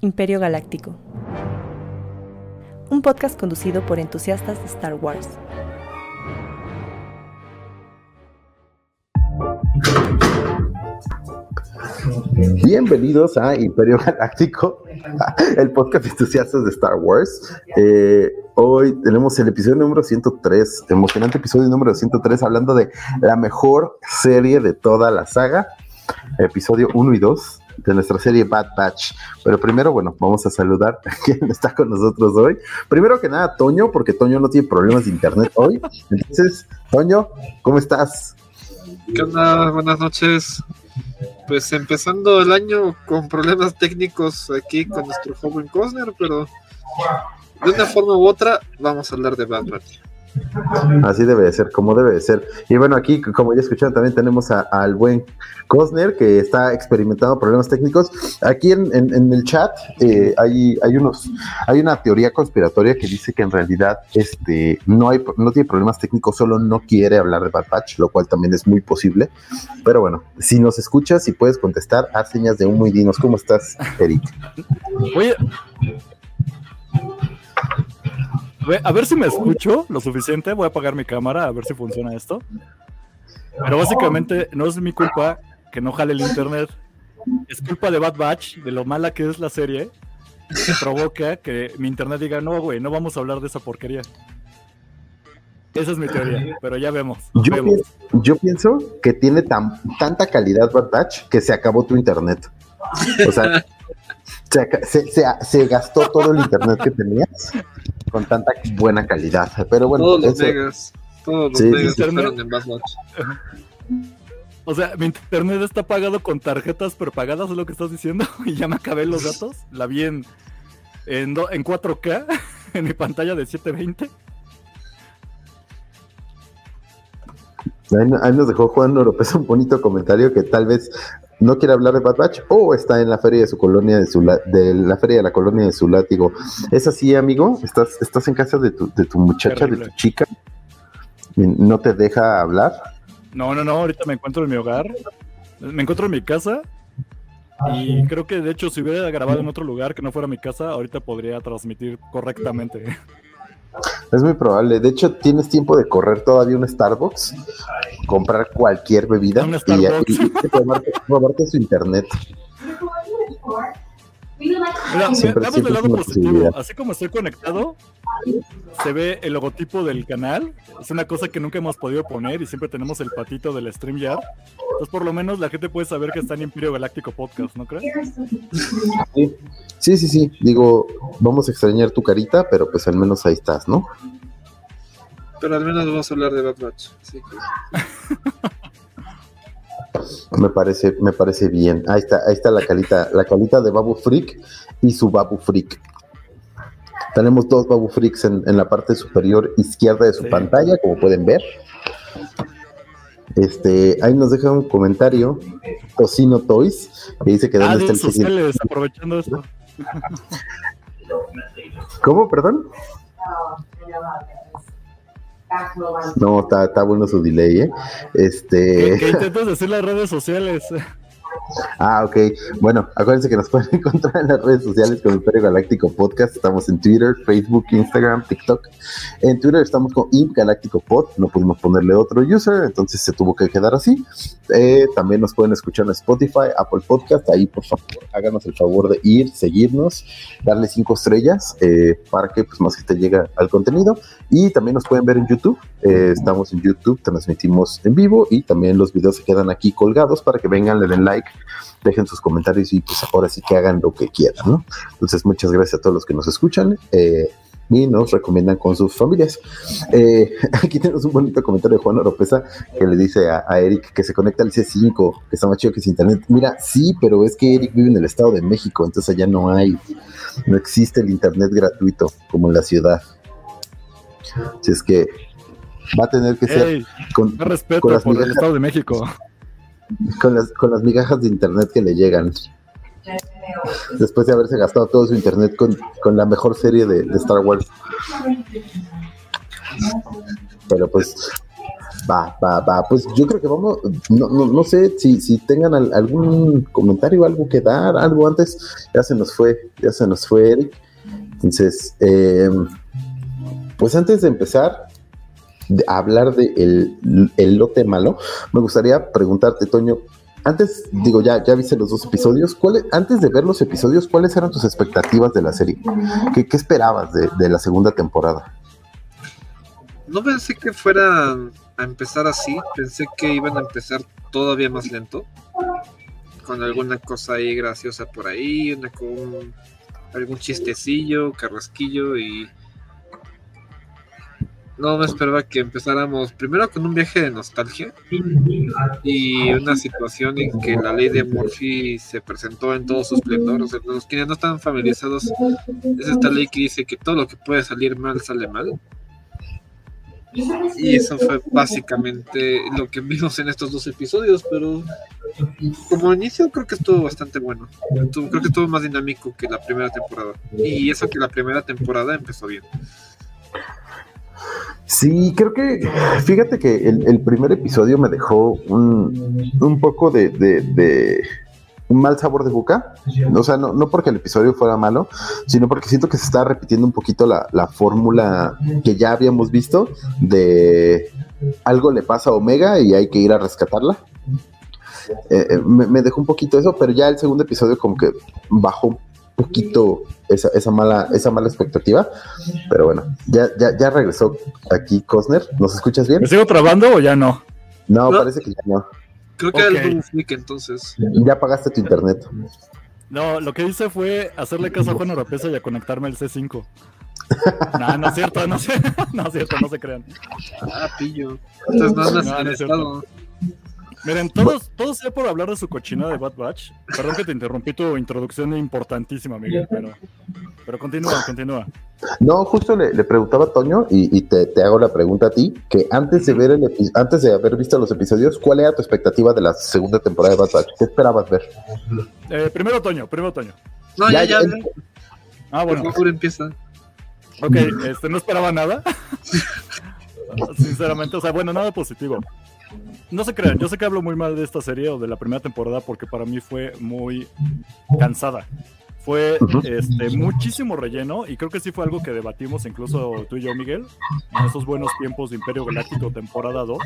Imperio Galáctico. Un podcast conducido por entusiastas de Star Wars. Bienvenidos a Imperio Galáctico, el podcast de entusiastas de Star Wars. Hoy tenemos el episodio número 103, emocionante episodio número 103, hablando de la mejor serie de toda la saga, episodio 1 y 2 de nuestra serie Bad Batch. Pero primero, bueno, vamos a saludar a quien está con nosotros hoy. Primero que nada, Toño, porque Toño no tiene problemas de internet hoy. Entonces, Toño, ¿cómo estás? ¿Qué onda? Buenas noches. Pues empezando el año con problemas técnicos aquí con nuestro joven Costner, pero de una forma u otra vamos a hablar de Bad Batch. Así debe de ser, como debe de ser. Y bueno, aquí, como ya escucharon, también tenemos al buen Costner, que está experimentando problemas técnicos. Aquí en el chat hay una teoría conspiratoria que dice que en realidad no tiene problemas técnicos, solo no quiere hablar de Bad Batch, lo cual también es muy posible. Pero bueno, si nos escuchas, si puedes contestar, haz señas de humo y dinos cómo estás, Eric. Oye, a ver si me escucho lo suficiente. Voy a apagar mi cámara a ver si funciona esto. Pero básicamente no es mi culpa que no jale el internet. Es culpa de Bad Batch, de lo mala que es la serie, que provoca que mi internet diga, no güey, no vamos a hablar de esa porquería. Esa es mi teoría, pero ya vemos. Yo pienso que tiene tanta calidad Bad Batch que se acabó tu internet. O sea, se gastó todo el internet que tenías con tanta buena calidad. Pero bueno, todos los megas fueron en Bad Batch. O sea, mi internet está pagado con tarjetas prepagadas, es lo que estás diciendo, y ya me acabé los datos. La vi en 4K en mi pantalla de 720. Ahí nos dejó Juan Oropesa un bonito comentario que tal vez no quiere hablar de Bad Batch o está en la feria de su colonia, de la feria de la colonia de su látigo. ¿Es así, amigo? ¿Estás en casa de tu muchacha, terrible, de tu chica? ¿No te deja hablar? No, ahorita me encuentro en mi hogar. Me encuentro en mi casa. Y creo que de hecho si hubiera grabado en otro lugar que no fuera mi casa, ahorita podría transmitir correctamente. Es muy probable. De hecho, tienes tiempo de correr todavía un Starbucks, comprar cualquier bebida y robarte su internet. Mira, veamos del lado positivo. Así como estoy conectado, se ve el logotipo del canal. Es una cosa que nunca hemos podido poner y siempre tenemos el patito del StreamYard. Entonces por lo menos la gente puede saber que está en Imperio Galáctico Podcast, ¿no crees? Sí. Digo, vamos a extrañar tu carita, pero pues al menos ahí estás, ¿no? Pero al menos vamos a hablar de Bad Batch. Así que... Me parece bien. Ahí está la calita de Babu Freak y su Babu Freak. Tenemos dos Babu Freaks en la parte superior izquierda de su pantalla, como pueden ver. Ahí nos deja un comentario Tocino Toys que dice que dónde está el sociales, aprovechando esto. ¿Cómo? ¿Perdón? No, está bueno su delay, ¿eh? ¿Qué intentas decir las redes sociales? Ok. Bueno, acuérdense que nos pueden encontrar en las redes sociales con Imperio Galáctico Podcast. Estamos en Twitter, Facebook, Instagram, TikTok. En Twitter estamos con Imp Galáctico Pod. No pudimos ponerle otro user, entonces se tuvo que quedar así. También nos pueden escuchar en Spotify, Apple Podcast. Ahí, por favor, háganos el favor de ir, seguirnos, darle 5 estrellas para que pues más gente llegue al contenido. Y también nos pueden ver en YouTube. Estamos en YouTube, transmitimos en vivo y también los videos se quedan aquí colgados para que vengan, le den like, dejen sus comentarios y pues ahora sí que hagan lo que quieran, ¿no? Entonces muchas gracias a todos los que nos escuchan y nos recomiendan con sus familias. Aquí tenemos un bonito comentario de Juan Oropesa que le dice a Eric que se conecta al C5, que está más chido que sin internet. Mira, sí, pero es que Eric vive en el Estado de México, entonces allá no existe el internet gratuito como en la ciudad. Así es que va a tener que ser con respeto con por el Estado de México. Con las migajas de internet que le llegan. Después de haberse gastado todo su internet con la mejor serie de Star Wars. Pero pues Va. Pues yo creo que vamos, no sé si tengan algún comentario, algo que dar, algo antes. Ya se nos fue Eric. Entonces, pues antes de empezar a hablar de el lote malo, me gustaría preguntarte, Toño, antes, ya viste los 2 episodios, antes de ver los episodios, ¿cuáles eran tus expectativas de la serie? ¿Qué esperabas de la segunda temporada? No pensé que fuera a empezar así, pensé que iban a empezar todavía más lento, con alguna cosa ahí graciosa por ahí, algún chistecillo, carrasquillo, y no me esperaba que empezáramos primero con un viaje de nostalgia y una situación en que la ley de Murphy se presentó en todo su esplendor. O sea, los que no están familiarizados, es esta ley que dice que todo lo que puede salir mal sale mal. Y eso fue básicamente lo que vimos en estos 2 episodios, pero como inicio creo que estuvo bastante bueno. Creo que estuvo más dinámico que la primera temporada. Y eso que la primera temporada empezó bien. Sí, creo que, fíjate que el primer episodio me dejó un poco de un mal sabor de boca. O sea, no porque el episodio fuera malo, sino porque siento que se está repitiendo un poquito la fórmula que ya habíamos visto de algo le pasa a Omega y hay que ir a rescatarla. Me dejó un poquito eso, pero ya el segundo episodio como que bajó un poquito esa mala expectativa, pero bueno, ya regresó aquí Cosner. ¿Nos escuchas bien? ¿Me sigo trabando o ya no? No, parece que ya no. Creo que era el Flick, entonces. Ya pagaste tu internet. No, lo que hice fue hacerle caso a Juan Oropesa y a conectarme al C5. No es cierto, no es cierto, no se crean. Pillo. Entonces no andas en estado. Miren, todos sea por hablar de su cochina de Bad Batch. Perdón que te interrumpí tu introducción importantísima, Miguel, pero continúa. No, justo le preguntaba a Toño y te hago la pregunta a ti, que antes de haber visto los episodios, ¿cuál era tu expectativa de la segunda temporada de Bad Batch? ¿Qué esperabas ver? Primero Toño. No, ya. Bueno. Por favor, empieza. Ok, no esperaba nada. Sinceramente, o sea, bueno, nada positivo. No se crean, yo sé que hablo muy mal de esta serie o de la primera temporada porque para mí fue muy cansada. Fue muchísimo relleno y creo que sí fue algo que debatimos incluso tú y yo, Miguel, en esos buenos tiempos de Imperio Galáctico temporada 2.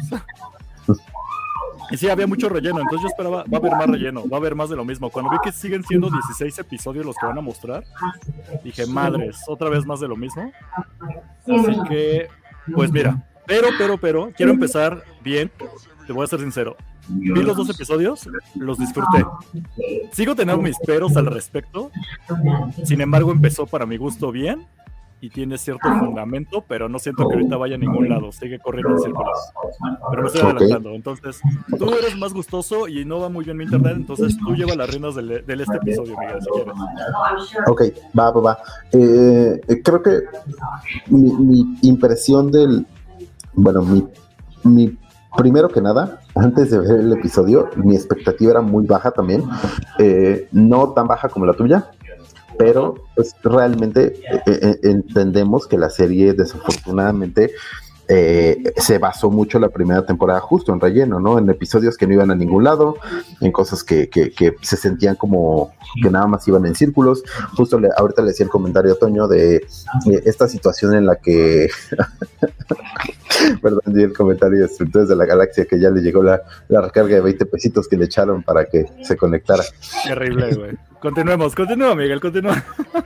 Y sí, había mucho relleno, entonces yo esperaba, va a haber más relleno, va a haber más de lo mismo. Cuando vi que siguen siendo 16 episodios los que van a mostrar, dije, madres, otra vez más de lo mismo. Así que, pues mira, pero, quiero empezar bien, te voy a ser sincero. Vi los 2 episodios, los disfruté. Sigo teniendo mis peros al respecto, sin embargo empezó para mi gusto bien y tiene cierto fundamento, pero no siento que ahorita vaya a ningún lado, sigue corriendo en círculos. Pero me estoy adelantando, entonces tú eres más gustoso y no va muy bien mi internet, entonces tú lleva las riendas del este episodio, Miguel, si quieres. Ok, va. Creo que mi impresión mi primero que nada, antes de ver el episodio, mi expectativa era muy baja también, no tan baja como la tuya, pero pues realmente entendemos que la serie desafortunadamente se basó mucho la primera temporada justo en relleno, ¿no? En episodios que no iban a ningún lado, en cosas que se sentían como que nada más iban en círculos. Justo ahorita le decía el comentario a Toño de esta situación en la que perdón, di el comentario de Destructores de la Galaxia, que ya le llegó la recarga de 20 pesitos que le echaron para que se conectara. Terrible, güey. Continúa, Miguel, continúa.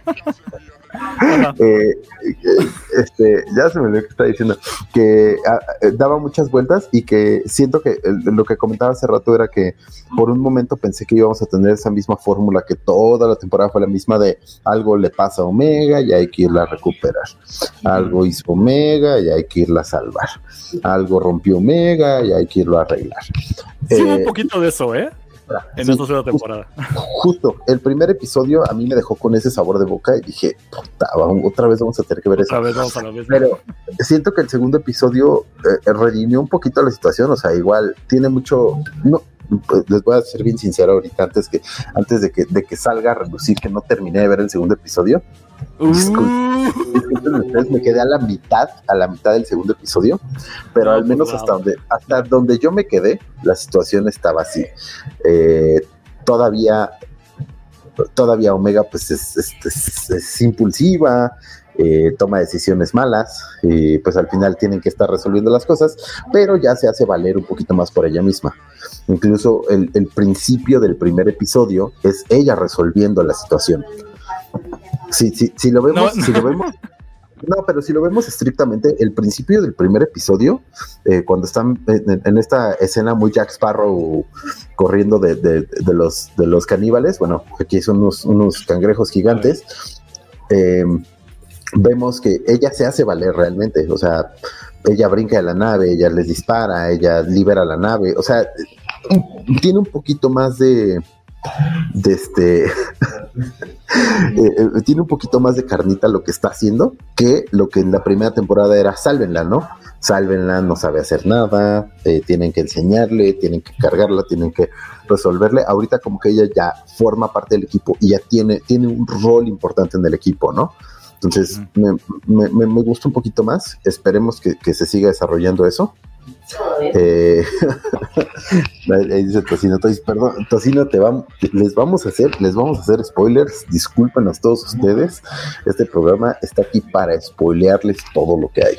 Ya se me olvidó que estaba diciendo que daba muchas vueltas y que siento que lo que comentaba hace rato era que por un momento pensé que íbamos a tener esa misma fórmula, que toda la temporada fue la misma de algo le pasa a Omega y hay que irla a recuperar, algo hizo Omega y hay que irla a salvar, algo rompió Omega y hay que irlo a arreglar. Sí, un poquito de eso, en esta segunda temporada. Justo, el primer episodio a mí me dejó con ese sabor de boca y dije, puta, otra vez vamos a tener que ver eso. Vamos a la vez. Pero siento que el segundo episodio redimió un poquito la situación, o sea, igual tiene mucho, pues, les voy a ser bien sincero ahorita, antes de que salga a relucir que no terminé de ver el segundo episodio. Disculpen ustedes, me quedé a la mitad del segundo episodio, pero al menos hasta donde yo me quedé, la situación estaba así. Todavía Omega pues es impulsiva, toma decisiones malas, y pues al final tienen que estar resolviendo las cosas, pero ya se hace valer un poquito más por ella misma. Incluso el principio del primer episodio es ella resolviendo la situación. Si lo vemos, pero si lo vemos estrictamente, el principio del primer episodio, cuando están en esta escena muy Jack Sparrow corriendo de los caníbales, bueno, aquí son unos cangrejos gigantes, vemos que ella se hace valer realmente, o sea, ella brinca de la nave, ella les dispara, ella libera la nave, o sea, tiene un poquito más tiene un poquito más de carnita lo que está haciendo que lo que en la primera temporada era sálvenla, no sabe hacer nada, tienen que enseñarle, tienen que cargarla, tienen que resolverle. Ahorita como que ella ya forma parte del equipo y ya tiene un rol importante en el equipo, ¿no? Entonces me gusta un poquito más, esperemos que se siga desarrollando eso. Ahí dice Tocino, perdón, Tocino, les vamos a hacer spoilers, discúlpenos todos ustedes, este programa está aquí para spoilearles todo lo que hay.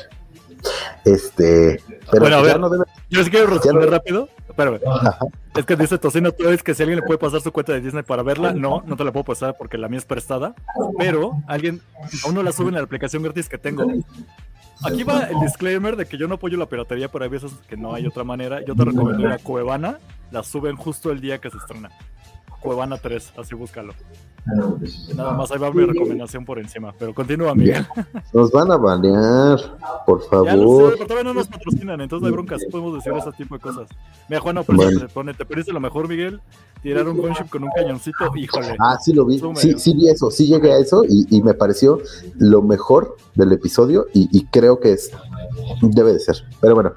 Pero bueno, a ver, no debe... yo sí quiero responder rápido. Espérame. Es que dice Tocino, tú ves que si alguien le puede pasar su cuenta de Disney para verla, no te la puedo pasar porque la mía es prestada, pero aún no la suben a la aplicación gratis que tengo. Aquí va el disclaimer de que yo no apoyo la piratería, pero hay veces que no hay otra manera. Yo te recomiendo la Cuevana, la suben justo el día que se estrena. Cuevana 3, así búscalo. Nada más, ahí va mi recomendación por encima. Pero continúa, Miguel. Nos van a banear, por favor. Ya lo sé, pero todavía no nos patrocinan, entonces no hay broncas, podemos decir ese tipo de cosas. Mira, Juan, te perdiste lo mejor, Miguel. Tirar un gunship con un cañoncito, híjole. Sí lo vi, sí vi eso, sí llegué a eso y me pareció lo mejor del episodio y creo que debe de ser, pero bueno,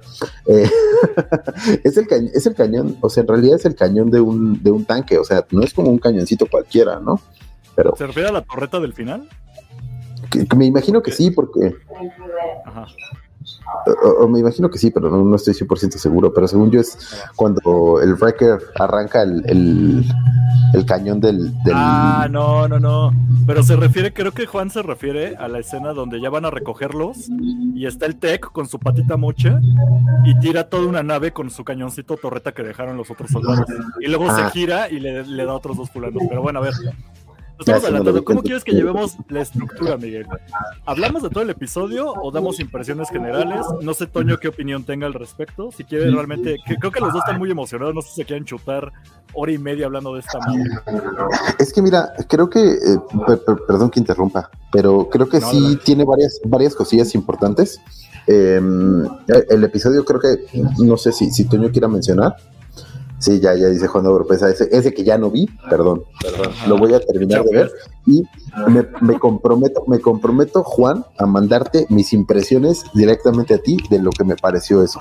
es el cañón, o sea, en realidad es el cañón de un tanque, o sea, no es como un cañoncito cualquiera, ¿no? Pero ¿se refiere a la torreta del final? Que me imagino que sí, porque... Ajá. O me imagino que sí, pero no estoy 100% seguro, pero según yo es cuando el Wrecker arranca el cañón del... No, pero se refiere, creo que Juan se refiere a la escena donde ya van a recogerlos y está el Tech con su patita mocha y tira toda una nave con su cañoncito torreta que dejaron los otros soldados y luego se gira y le da a otros dos fulanos, pero bueno, a ver. Estamos adelantando. ¿Cómo quieres que llevemos la estructura, Miguel? ¿Hablamos de todo el episodio o damos impresiones generales? No sé, Toño, qué opinión tenga al respecto. Si quiere realmente... creo que los dos están muy emocionados. No sé si se quieren chutar hora y media hablando de esta madre. Es que mira, creo que... perdón que interrumpa, pero creo que sí tiene varias cosillas importantes. El episodio creo que... No sé si Toño quiera mencionar. Sí, ya dice Juan de Oropesa, ese que ya no vi, perdón, lo voy a terminar de ver y me comprometo, Juan, a mandarte mis impresiones directamente a ti de lo que me pareció eso.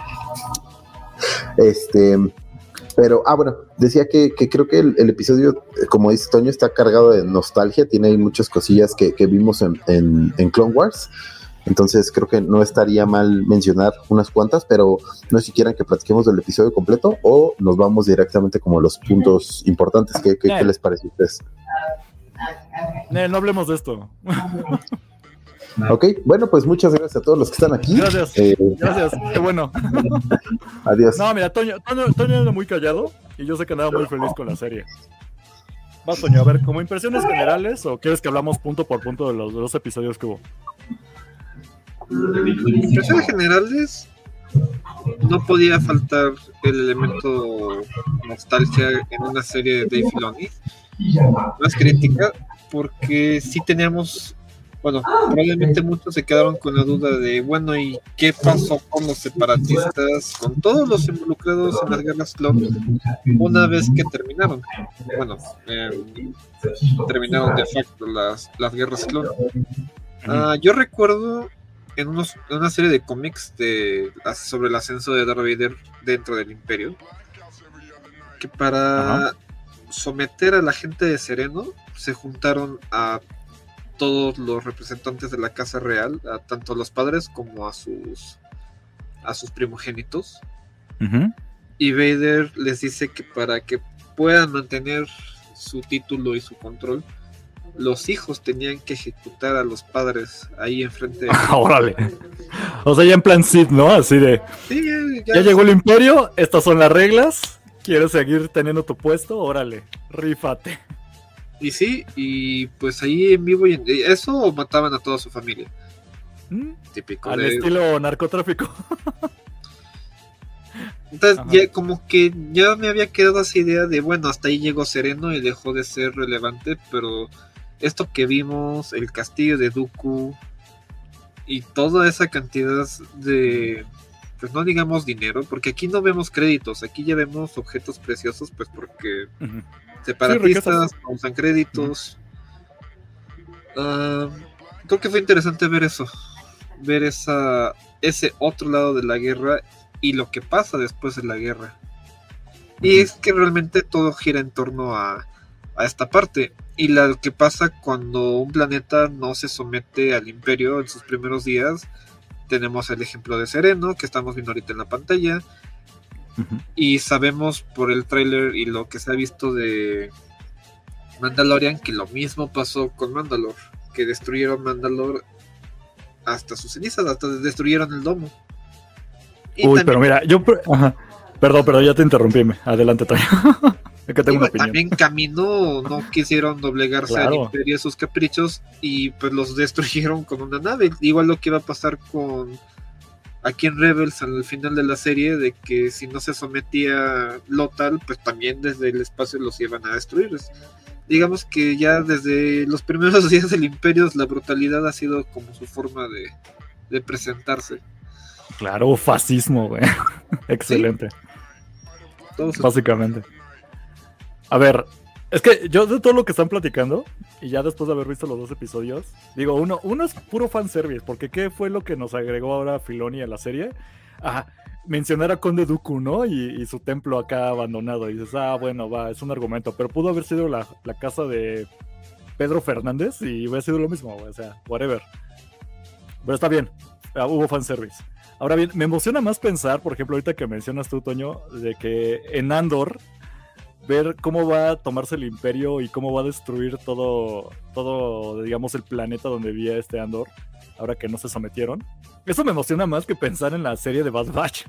Pero, bueno, decía que creo que el episodio, como dice Toño, está cargado de nostalgia, tiene ahí muchas cosillas que vimos en Clone Wars. Entonces creo que no estaría mal mencionar unas cuantas, pero no sé si quieran que platiquemos del episodio completo o nos vamos directamente como a los puntos importantes. ¿Qué les parece a ustedes? No hablemos de esto. Ok, bueno, pues muchas gracias a todos los que están aquí. Gracias, qué bueno. Adiós. No, mira, Toño era muy callado y yo sé que andaba muy feliz con la serie. Vas, Toño, a ver, ¿como impresiones generales o quieres que hablamos punto por punto de los dos episodios que hubo? Impresiones generales, no podía faltar el elemento nostalgia en una serie de Dave Filoni. No es crítica, porque sí teníamos, probablemente muchos se quedaron con la duda de, ¿y qué pasó con los separatistas, con todos los involucrados en las guerras clon una vez que terminaron? Terminaron de facto las guerras clon. Yo recuerdo en una serie de cómics sobre el ascenso de Darth Vader dentro del Imperio, que para someter a la gente de Sereno se juntaron a todos los representantes de la casa real, a tanto a los padres como a sus primogénitos. Y Vader les dice que para que puedan mantener su título y su control, los hijos tenían que ejecutar a los padres ahí enfrente de... Órale. O sea, ya en plan Sith, ¿no? Así de... Sí, ya llegó el imperio, estas son las reglas, ¿quieres seguir teniendo tu puesto? Órale, rífate. Y sí, y pues ahí en vivo, eso mataban a toda su familia. Típico. Al estilo narcotráfico. Entonces ya como que ya me había quedado esa idea de, bueno, hasta ahí llegó Sereno y dejó de ser relevante, pero esto que vimos, el castillo de Dooku y toda esa cantidad de, pues no digamos dinero, porque aquí no vemos créditos, aquí ya vemos objetos preciosos, pues porque separatistas usan créditos. Creo que fue interesante ver eso, ver ese otro lado de la guerra y lo que pasa después de la guerra. Y es que realmente todo gira en torno a esta parte. Y lo que pasa cuando un planeta no se somete al imperio en sus primeros días. Tenemos el ejemplo de Sereno, que estamos viendo ahorita en la pantalla. Y sabemos por el tráiler y lo que se ha visto de Mandalorian que lo mismo pasó con Mandalore, que destruyeron Mandalore hasta sus cenizas, hasta destruyeron el domo. Y también, pero mira, perdón, ya te interrumpí, adelante, Toño. Es que tengo una opinión. También camino, no quisieron doblegarse al imperio a sus caprichos y pues los destruyeron con una nave. Igual lo que iba a pasar con aquí en Rebels al final de la serie, de que si no se sometía Lothal, pues también desde el espacio los iban a destruir. Digamos que ya desde los primeros días del imperio la brutalidad ha sido como su forma de presentarse. Claro, fascismo, güey. Excelente. ¿Sí? Básicamente. A ver, es que yo de todo lo que están platicando, y ya después de haber visto los 2 episodios, digo, uno es puro fanservice, porque ¿qué fue lo que nos agregó ahora Filoni a la serie? Mencionar a Conde Dooku, ¿no? Y su templo acá abandonado. Y dices, bueno, es un argumento, pero pudo haber sido la casa de Pedro Fernández y hubiera sido lo mismo, o sea, whatever. Pero está bien, hubo fanservice. Ahora bien, me emociona más pensar, por ejemplo, ahorita que mencionas tú, Toño, de que en Andor, ver cómo va a tomarse el imperio y cómo va a destruir todo, digamos, el planeta donde vivía este Andor, ahora que no se sometieron. Eso me emociona más que pensar en la serie de Bad Batch.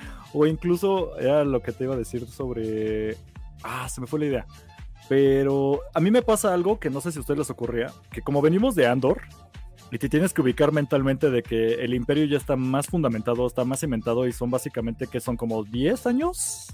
O incluso, era lo que te iba a decir sobre... se me fue la idea. Pero a mí me pasa algo que no sé si a ustedes les ocurría, que como venimos de Andor, y te tienes que ubicar mentalmente de que el imperio ya está más fundamentado, está más cimentado, y son básicamente que son como 10 años,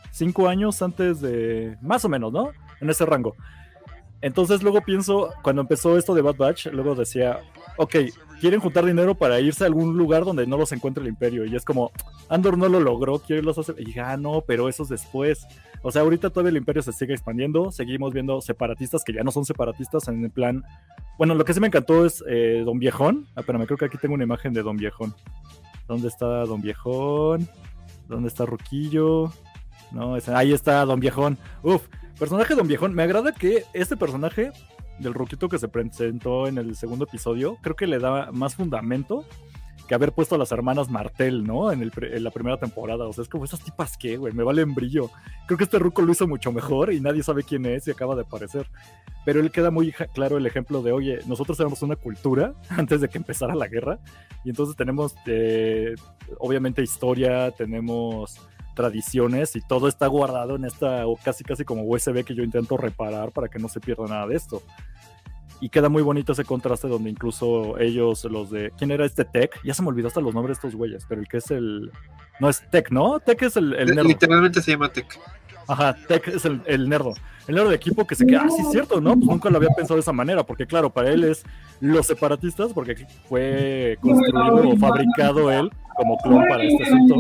5 años antes de... más o menos, ¿no? En ese rango. Entonces luego pienso, cuando empezó esto de Bad Batch, luego decía, ok, quieren juntar dinero para irse a algún lugar donde no los encuentre el imperio, y es como, Andor no lo logró, quiere los hacer, y dije, no, pero eso es después. O sea, ahorita todavía el imperio se sigue expandiendo, seguimos viendo separatistas que ya no son separatistas en el plan... Bueno, lo que sí me encantó es Don Viejón. Espérame, creo que aquí tengo una imagen de Don Viejón. ¿Dónde está Don Viejón? ¿Dónde está Ruquillo? No, ahí está Don Viejón. Personaje Don Viejón. Me agrada que este personaje del Ruquito que se presentó en el segundo episodio, creo que le da más fundamento que haber puesto a las hermanas Martel, ¿no? En la primera temporada. O sea, es como, ¿esas tipas qué, güey? Me valen brillo. Creo que este ruco lo hizo mucho mejor y nadie sabe quién es y acaba de aparecer. Pero él queda muy claro el ejemplo de, oye, nosotros éramos una cultura antes de que empezara la guerra, y entonces tenemos, obviamente, historia, tenemos tradiciones, y todo está guardado en esta, o casi como USB que yo intento reparar para que no se pierda nada de esto. Y queda muy bonito ese contraste donde incluso ellos, los de... ¿Quién era este Tech? Ya se me olvidó hasta los nombres de estos güeyes, pero el que es el... No es Tech, ¿no? Tech es el nerdo. Literalmente se llama Tech. Ajá, Tech es el nerdo. El nerdo de equipo que se queda... sí, es cierto, ¿no? Pues nunca lo había pensado de esa manera, porque claro, para él es los separatistas, porque fue construido o fabricado él como clon para este asunto.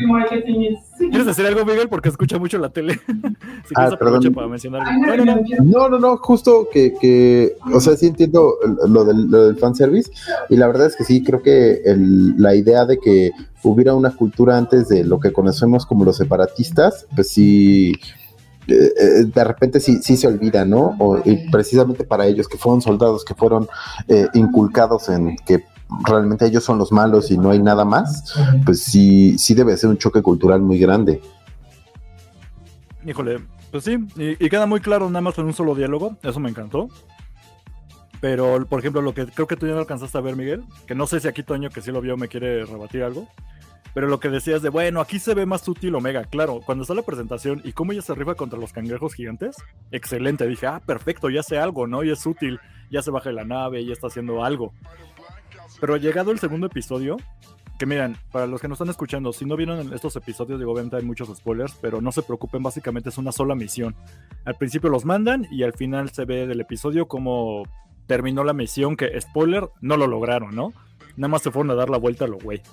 ¿Quieres decir algo, Miguel? Porque escucha mucho la tele. Si quieres aprovecha para mencionar algo. No, justo que o sea, sí entiendo lo del fanservice, y la verdad es que sí, creo que la idea de que hubiera una cultura antes de lo que conocemos como los separatistas, pues sí de repente sí se olvida, ¿no? Y precisamente para ellos que fueron soldados, que fueron inculcados en que realmente ellos son los malos y no hay nada más, pues sí debe ser un choque cultural muy grande. Híjole, pues sí, y queda muy claro nada más en un solo diálogo, eso me encantó. Pero, por ejemplo, lo que creo que tú ya no alcanzaste a ver, Miguel, que no sé si aquí Toño, que sí lo vio, me quiere rebatir algo, pero lo que decías de, bueno, aquí se ve más sutil Omega, claro, cuando está la presentación y cómo ella se rifa contra los cangrejos gigantes, excelente, dije, perfecto, ya hace algo, ¿no? Y es útil, ya se baja de la nave, ya está haciendo algo. Pero llegado el segundo episodio, que miren, para los que no están escuchando, si no vieron estos episodios, digo, obviamente hay muchos spoilers, pero no se preocupen, básicamente es una sola misión. Al principio los mandan y al final se ve del episodio cómo terminó la misión, que, spoiler, no lo lograron, ¿no? Nada más se fueron a dar la vuelta a lo güey.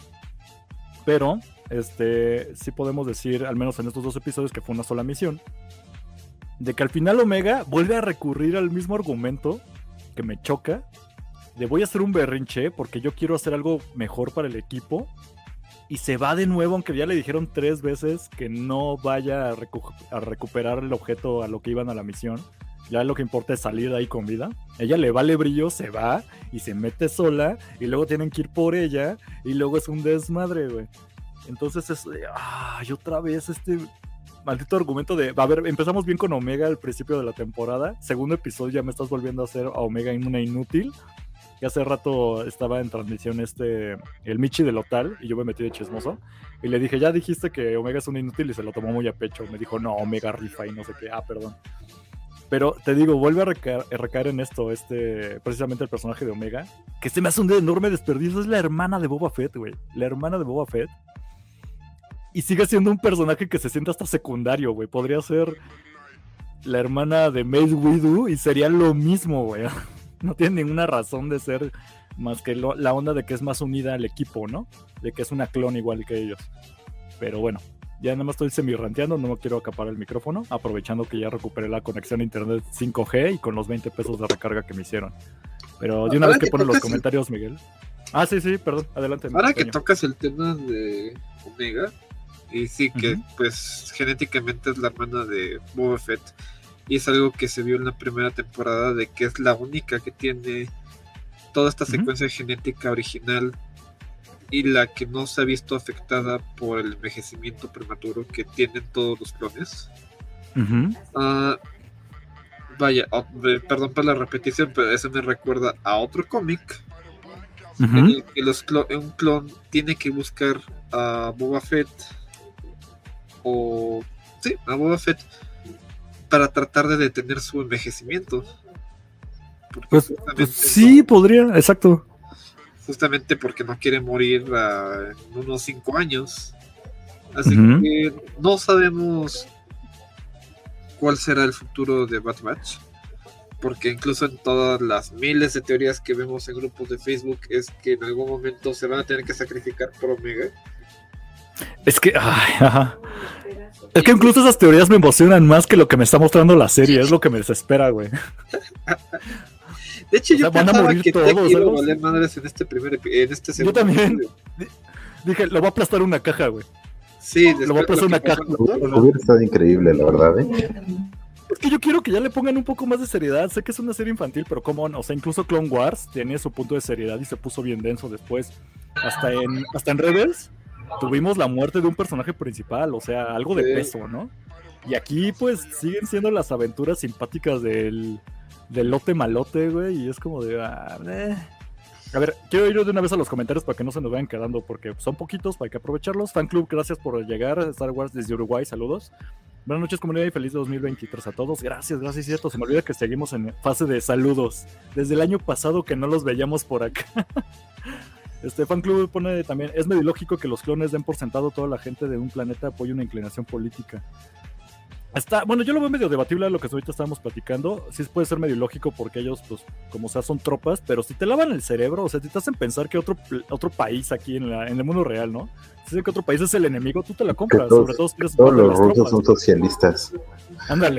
Pero, sí podemos decir, al menos en estos 2 episodios, que fue una sola misión, de que al final Omega vuelve a recurrir al mismo argumento que me choca, de voy a hacer un berrinche porque yo quiero hacer algo mejor para el equipo, y se va de nuevo, aunque ya le dijeron 3 veces que no vaya a recuperar el objeto a lo que iban a la misión. Ya lo que importa es salir de ahí con vida. Ella le vale brillo, se va y se mete sola, y luego tienen que ir por ella, y luego es un desmadre, güey. Entonces es y otra vez este maldito argumento de, a ver, empezamos bien con Omega al principio de la temporada, segundo episodio ya me estás volviendo a hacer a Omega una inútil. Que hace rato estaba en transmisión el Michi del Otal, y yo me metí de chismoso, y le dije, ya dijiste que Omega es un inútil, y se lo tomó muy a pecho. Me dijo, no, Omega rifa y no sé qué. Perdón. Pero te digo, vuelve a recaer en esto, precisamente el personaje de Omega, que se me hace un enorme desperdicio. Es la hermana de Boba Fett, güey. La hermana de Boba Fett. Y sigue siendo un personaje que se siente hasta secundario, güey. Podría ser la hermana de Mace Windu y sería lo mismo, güey. No tiene ninguna razón de ser más que la onda de que es más unida al equipo, ¿no? De que es una clon igual que ellos. Pero bueno, ya nada más estoy semi-ranteando, no me quiero acaparar el micrófono, aprovechando que ya recuperé la conexión a internet 5G y con los 20 pesos de recarga que me hicieron. Pero de una vez que ponen los comentarios, Miguel. Sí, perdón, adelante. Ahora que tocas el tema de Omega, y sí que pues genéticamente es la hermana de Boba Fett, y es algo que se vio en la primera temporada, de que es la única que tiene toda esta secuencia genética original y la que no se ha visto afectada por el envejecimiento prematuro que tienen todos los clones. Perdón por la repetición, pero eso me recuerda a otro cómic en el que un clon tiene que buscar a Boba Fett, a Boba Fett, para tratar de detener su envejecimiento. Pues sí, podría, exacto. Justamente porque no quiere morir en unos 5 años. Así que no sabemos cuál será el futuro de Bad Batch, porque incluso en todas las miles de teorías que vemos en grupos de Facebook es que en algún momento se van a tener que sacrificar por Omega. Es que es que incluso esas teorías me emocionan más que lo que me está mostrando la serie. Es lo que me desespera, güey. De hecho, yo pensaba que todos, te quiero valer madres en este segundo. Yo también. Dije, lo va a aplastar una caja, güey. Sí, lo va a aplastar una caja. Hubiera estado increíble, la verdad, Es que yo quiero que ya le pongan un poco más de seriedad. Sé que es una serie infantil, pero cómo no. O sea, incluso Clone Wars tenía su punto de seriedad y se puso bien denso después. Hasta en Rebels tuvimos la muerte de un personaje principal, o sea, algo de peso, ¿no? Y aquí, pues, siguen siendo las aventuras simpáticas del lote malote, güey, y es como de... A ver, quiero ir de una vez a los comentarios para que no se nos vayan quedando, porque son poquitos, para que aprovecharlos. Fan Club, gracias por llegar. Star Wars desde Uruguay, saludos. Buenas noches, comunidad, y feliz 2023 a todos. Gracias, cierto. Se me olvida que seguimos en fase de saludos. Desde el año pasado que no los veíamos por acá. Fan Club pone también, es medio lógico que los clones den por sentado toda la gente de un planeta apoye una inclinación política. Bueno, yo lo veo medio debatible a lo que ahorita estábamos platicando. Sí puede ser medio lógico porque ellos, pues, como sea, son tropas, pero si te lavan el cerebro, o sea, si te hacen pensar que otro país aquí en el mundo real, ¿no? Si dicen que otro país es el enemigo, tú te la compras. Sobre todo si todos los rusos son socialistas. Ándale.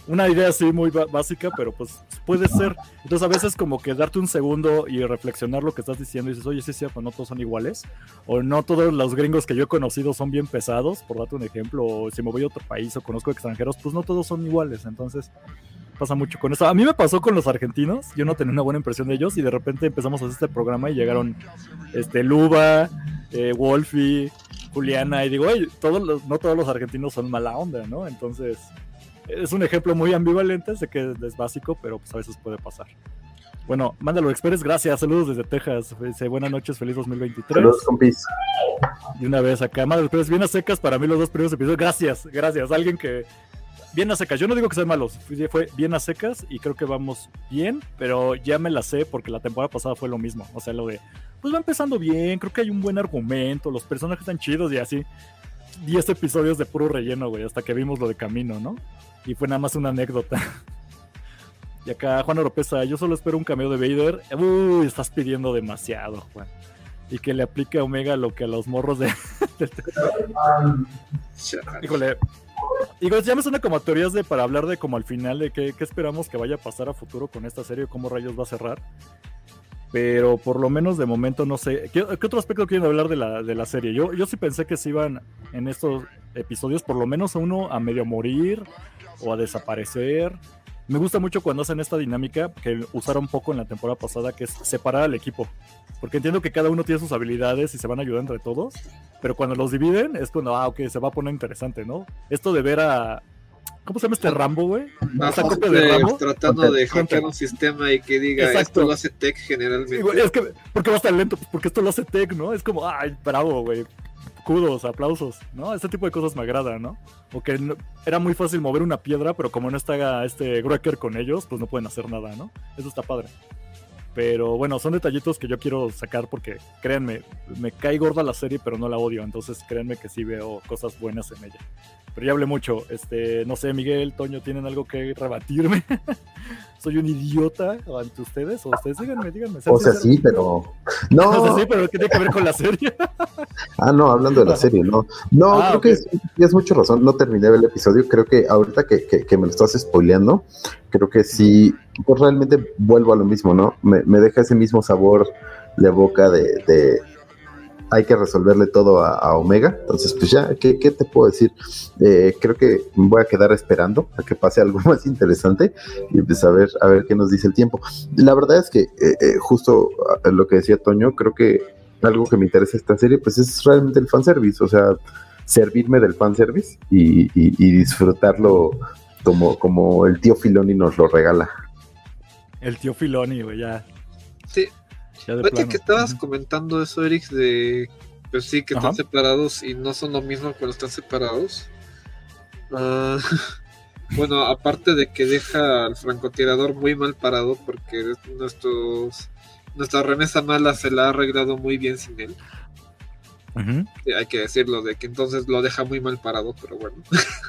Una idea así muy básica, pero pues puede ser. Entonces a veces como que darte un segundo y reflexionar lo que estás diciendo y dices, oye, sí es cierto, no todos son iguales, o no todos los gringos que yo he conocido son bien pesados, por darte un ejemplo, o si me voy a otro país o conozco extranjeros, pues no todos son iguales, entonces pasa mucho con eso. A mí me pasó con los argentinos, yo no tenía una buena impresión de ellos y de repente empezamos a hacer este programa y llegaron Luba, Wolfie, Juliana, y digo, oye, no todos los argentinos son mala onda, ¿no? Entonces es un ejemplo muy ambivalente, sé que es básico, pero pues a veces puede pasar. Bueno, Mándalo Express, gracias, saludos desde Texas, dice, buenas noches, feliz 2023. Saludos, compis. Y una vez acá, Mándalo Express, bien a secas para mí los 2 primeros episodios, gracias, alguien que... Bien a secas, yo no digo que sean malos, fue bien a secas y creo que vamos bien, pero ya me la sé porque la temporada pasada fue lo mismo, o sea, lo de, pues va empezando bien, creo que hay un buen argumento, los personajes están chidos y así, 10 episodios de puro relleno, güey, hasta que vimos lo de Camino, ¿no? Y fue nada más una anécdota. Y acá Juan Oropesa, yo solo espero un cameo de Vader. Uy, estás pidiendo demasiado, Juan. Y que le aplique a Omega lo que a los morros de... Híjole. Digo, ya me suena como a teorías para hablar de como al final de qué esperamos que vaya a pasar a futuro con esta serie, cómo rayos va a cerrar. Pero por lo menos de momento no sé. ¿Qué otro aspecto quieren hablar de la serie? Yo sí pensé que se iban en estos episodios por lo menos a uno a medio morir o a desaparecer. Me gusta mucho cuando hacen esta dinámica que usaron un poco en la temporada pasada, que es separar al equipo. Porque entiendo que cada uno tiene sus habilidades y se van a ayudar entre todos, pero cuando los dividen es cuando, ok, se va a poner interesante, ¿no? Esto de ver a... ¿Cómo se llama este Rambo, güey? ¿Esta copia de Rambo? Tratando de hackear un sistema y que diga, exacto. Esto lo hace Tech generalmente. Güey, es que, ¿por qué va tan lento? Pues porque esto lo hace Tech, ¿no? Es como, ay, bravo, güey. Kudos, aplausos, ¿no? Este tipo de cosas me agrada, ¿no? O que era muy fácil mover una piedra, pero como no está Greker con ellos, pues no pueden hacer nada, ¿no? Eso está padre. Pero bueno, son detallitos que yo quiero sacar porque, créanme, me cae gorda la serie, pero no la odio. Entonces, créanme que sí veo cosas buenas en ella. Pero ya hablé mucho. No sé, Miguel, Toño, ¿tienen algo que rebatirme? ¿Soy un idiota ante ustedes? O ustedes, díganme. O sea, sí, pero... No. O sea, sí, pero ¿qué tiene que ver con la serie? No, hablando de la serie, no. No, creo okay. que tienes mucha razón. No terminé de ver el episodio. Creo que ahorita que me lo estás spoileando, creo que sí, pues realmente vuelvo a lo mismo, ¿no? Me deja ese mismo sabor de boca de hay que resolverle todo a Omega. Entonces, pues ya, ¿qué te puedo decir? Creo que me voy a quedar esperando a que pase algo más interesante y pues a ver qué nos dice el tiempo. La verdad es que justo lo que decía Toño, creo que algo que me interesa esta serie, pues es realmente el fanservice, o sea, servirme del fanservice y disfrutarlo como el tío Filoni nos lo regala. El tío Filoni, güey, ya. Sí. Ahorita que estabas comentando eso, Eric, de pues sí, que están separados y no son lo mismo cuando están separados. Bueno, aparte de que deja al francotirador muy mal parado porque nuestra remesa mala se la ha arreglado muy bien sin él. Sí, hay que decirlo, de que entonces lo deja muy mal parado, pero bueno.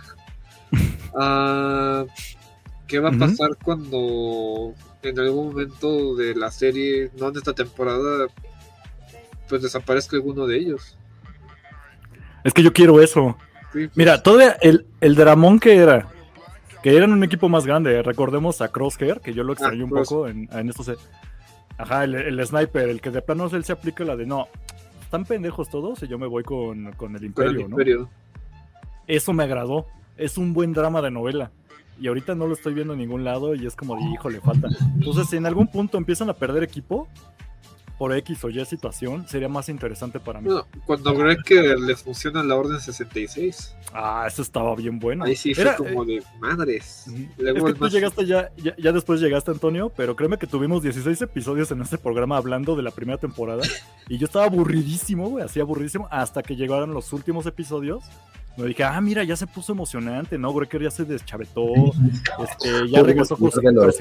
¿Qué va a pasar cuando en algún momento de la serie, no en esta temporada, pues desaparezca alguno de ellos? Es que yo quiero eso. Sí, pues. Mira, todavía el Dramón que eran un equipo más grande. Recordemos a Crosshair, que yo lo extrañé un poco en estos. Ajá, el sniper, el que de plano él se aplica la de no, están pendejos todos y yo me voy con el Imperio, ¿no? Eso me agradó. Es un buen drama de novela. Y ahorita no lo estoy viendo en ningún lado y es como de, híjole, falta. Entonces, si en algún punto empiezan a perder equipo, por X o Y situación, sería más interesante para mí. No, cuando Greker le funciona la Orden 66. Eso estaba bien bueno. Ahí sí fue como de madres. Luego es que tú llegaste ya después llegaste, Antonio, pero créeme que tuvimos 16 episodios en este programa hablando de la primera temporada y yo estaba aburridísimo, güey, así aburridísimo, hasta que llegaron los últimos episodios. Me dije, mira, ya se puso emocionante, ¿no? Greker ya se deschavetó, ya regresó con su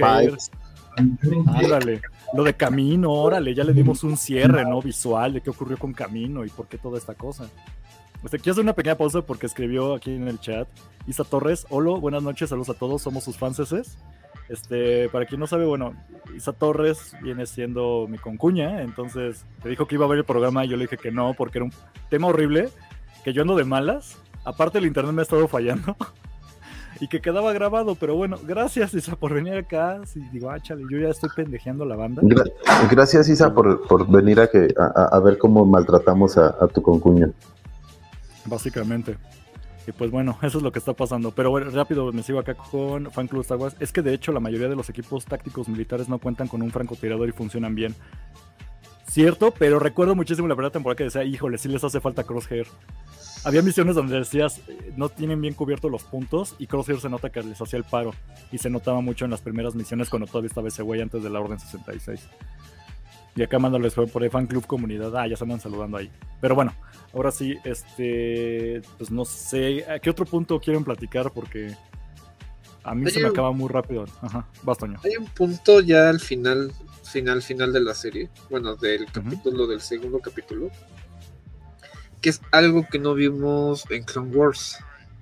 ándale, lo de Camino, órale, ya le dimos un cierre, ¿no? Visual de qué ocurrió con Camino y por qué toda esta cosa. Quiero hacer una pequeña pausa porque escribió aquí en el chat Isa Torres, hola, buenas noches, saludos a todos, somos sus fanses. Para quien no sabe, bueno, Isa Torres viene siendo mi concuña, entonces te dijo que iba a ver el programa y yo le dije que no, porque era un tema horrible, que yo ando de malas. Aparte el internet me ha estado fallando y que quedaba grabado, pero bueno, gracias Isa por venir acá. Sí, digo, chale, yo ya estoy pendejeando a la banda. Gracias Isa por venir a ver cómo maltratamos a tu concuño. Básicamente. Y pues bueno, eso es lo que está pasando. Pero bueno, rápido me sigo acá con Fan Club Star Wars. Es que de hecho la mayoría de los equipos tácticos militares no cuentan con un francotirador y funcionan bien. Cierto, pero recuerdo muchísimo la primera temporada que decía, híjole, sí les hace falta Crosshair. Había misiones donde decías, no tienen bien cubiertos los puntos, y Crosshair se nota que les hacía el paro. Y se notaba mucho en las primeras misiones cuando todavía estaba ese güey antes de la Orden 66. Y acá mándales por el Fan Club Comunidad. Ya se andan saludando ahí. Pero bueno, ahora sí, pues no sé, ¿a qué otro punto quieren platicar? Porque a mí se me acaba muy rápido. Ajá, vas, Toño. Hay un punto ya al final de la serie, bueno, del capítulo, del segundo capítulo, que es algo que no vimos en Clone Wars.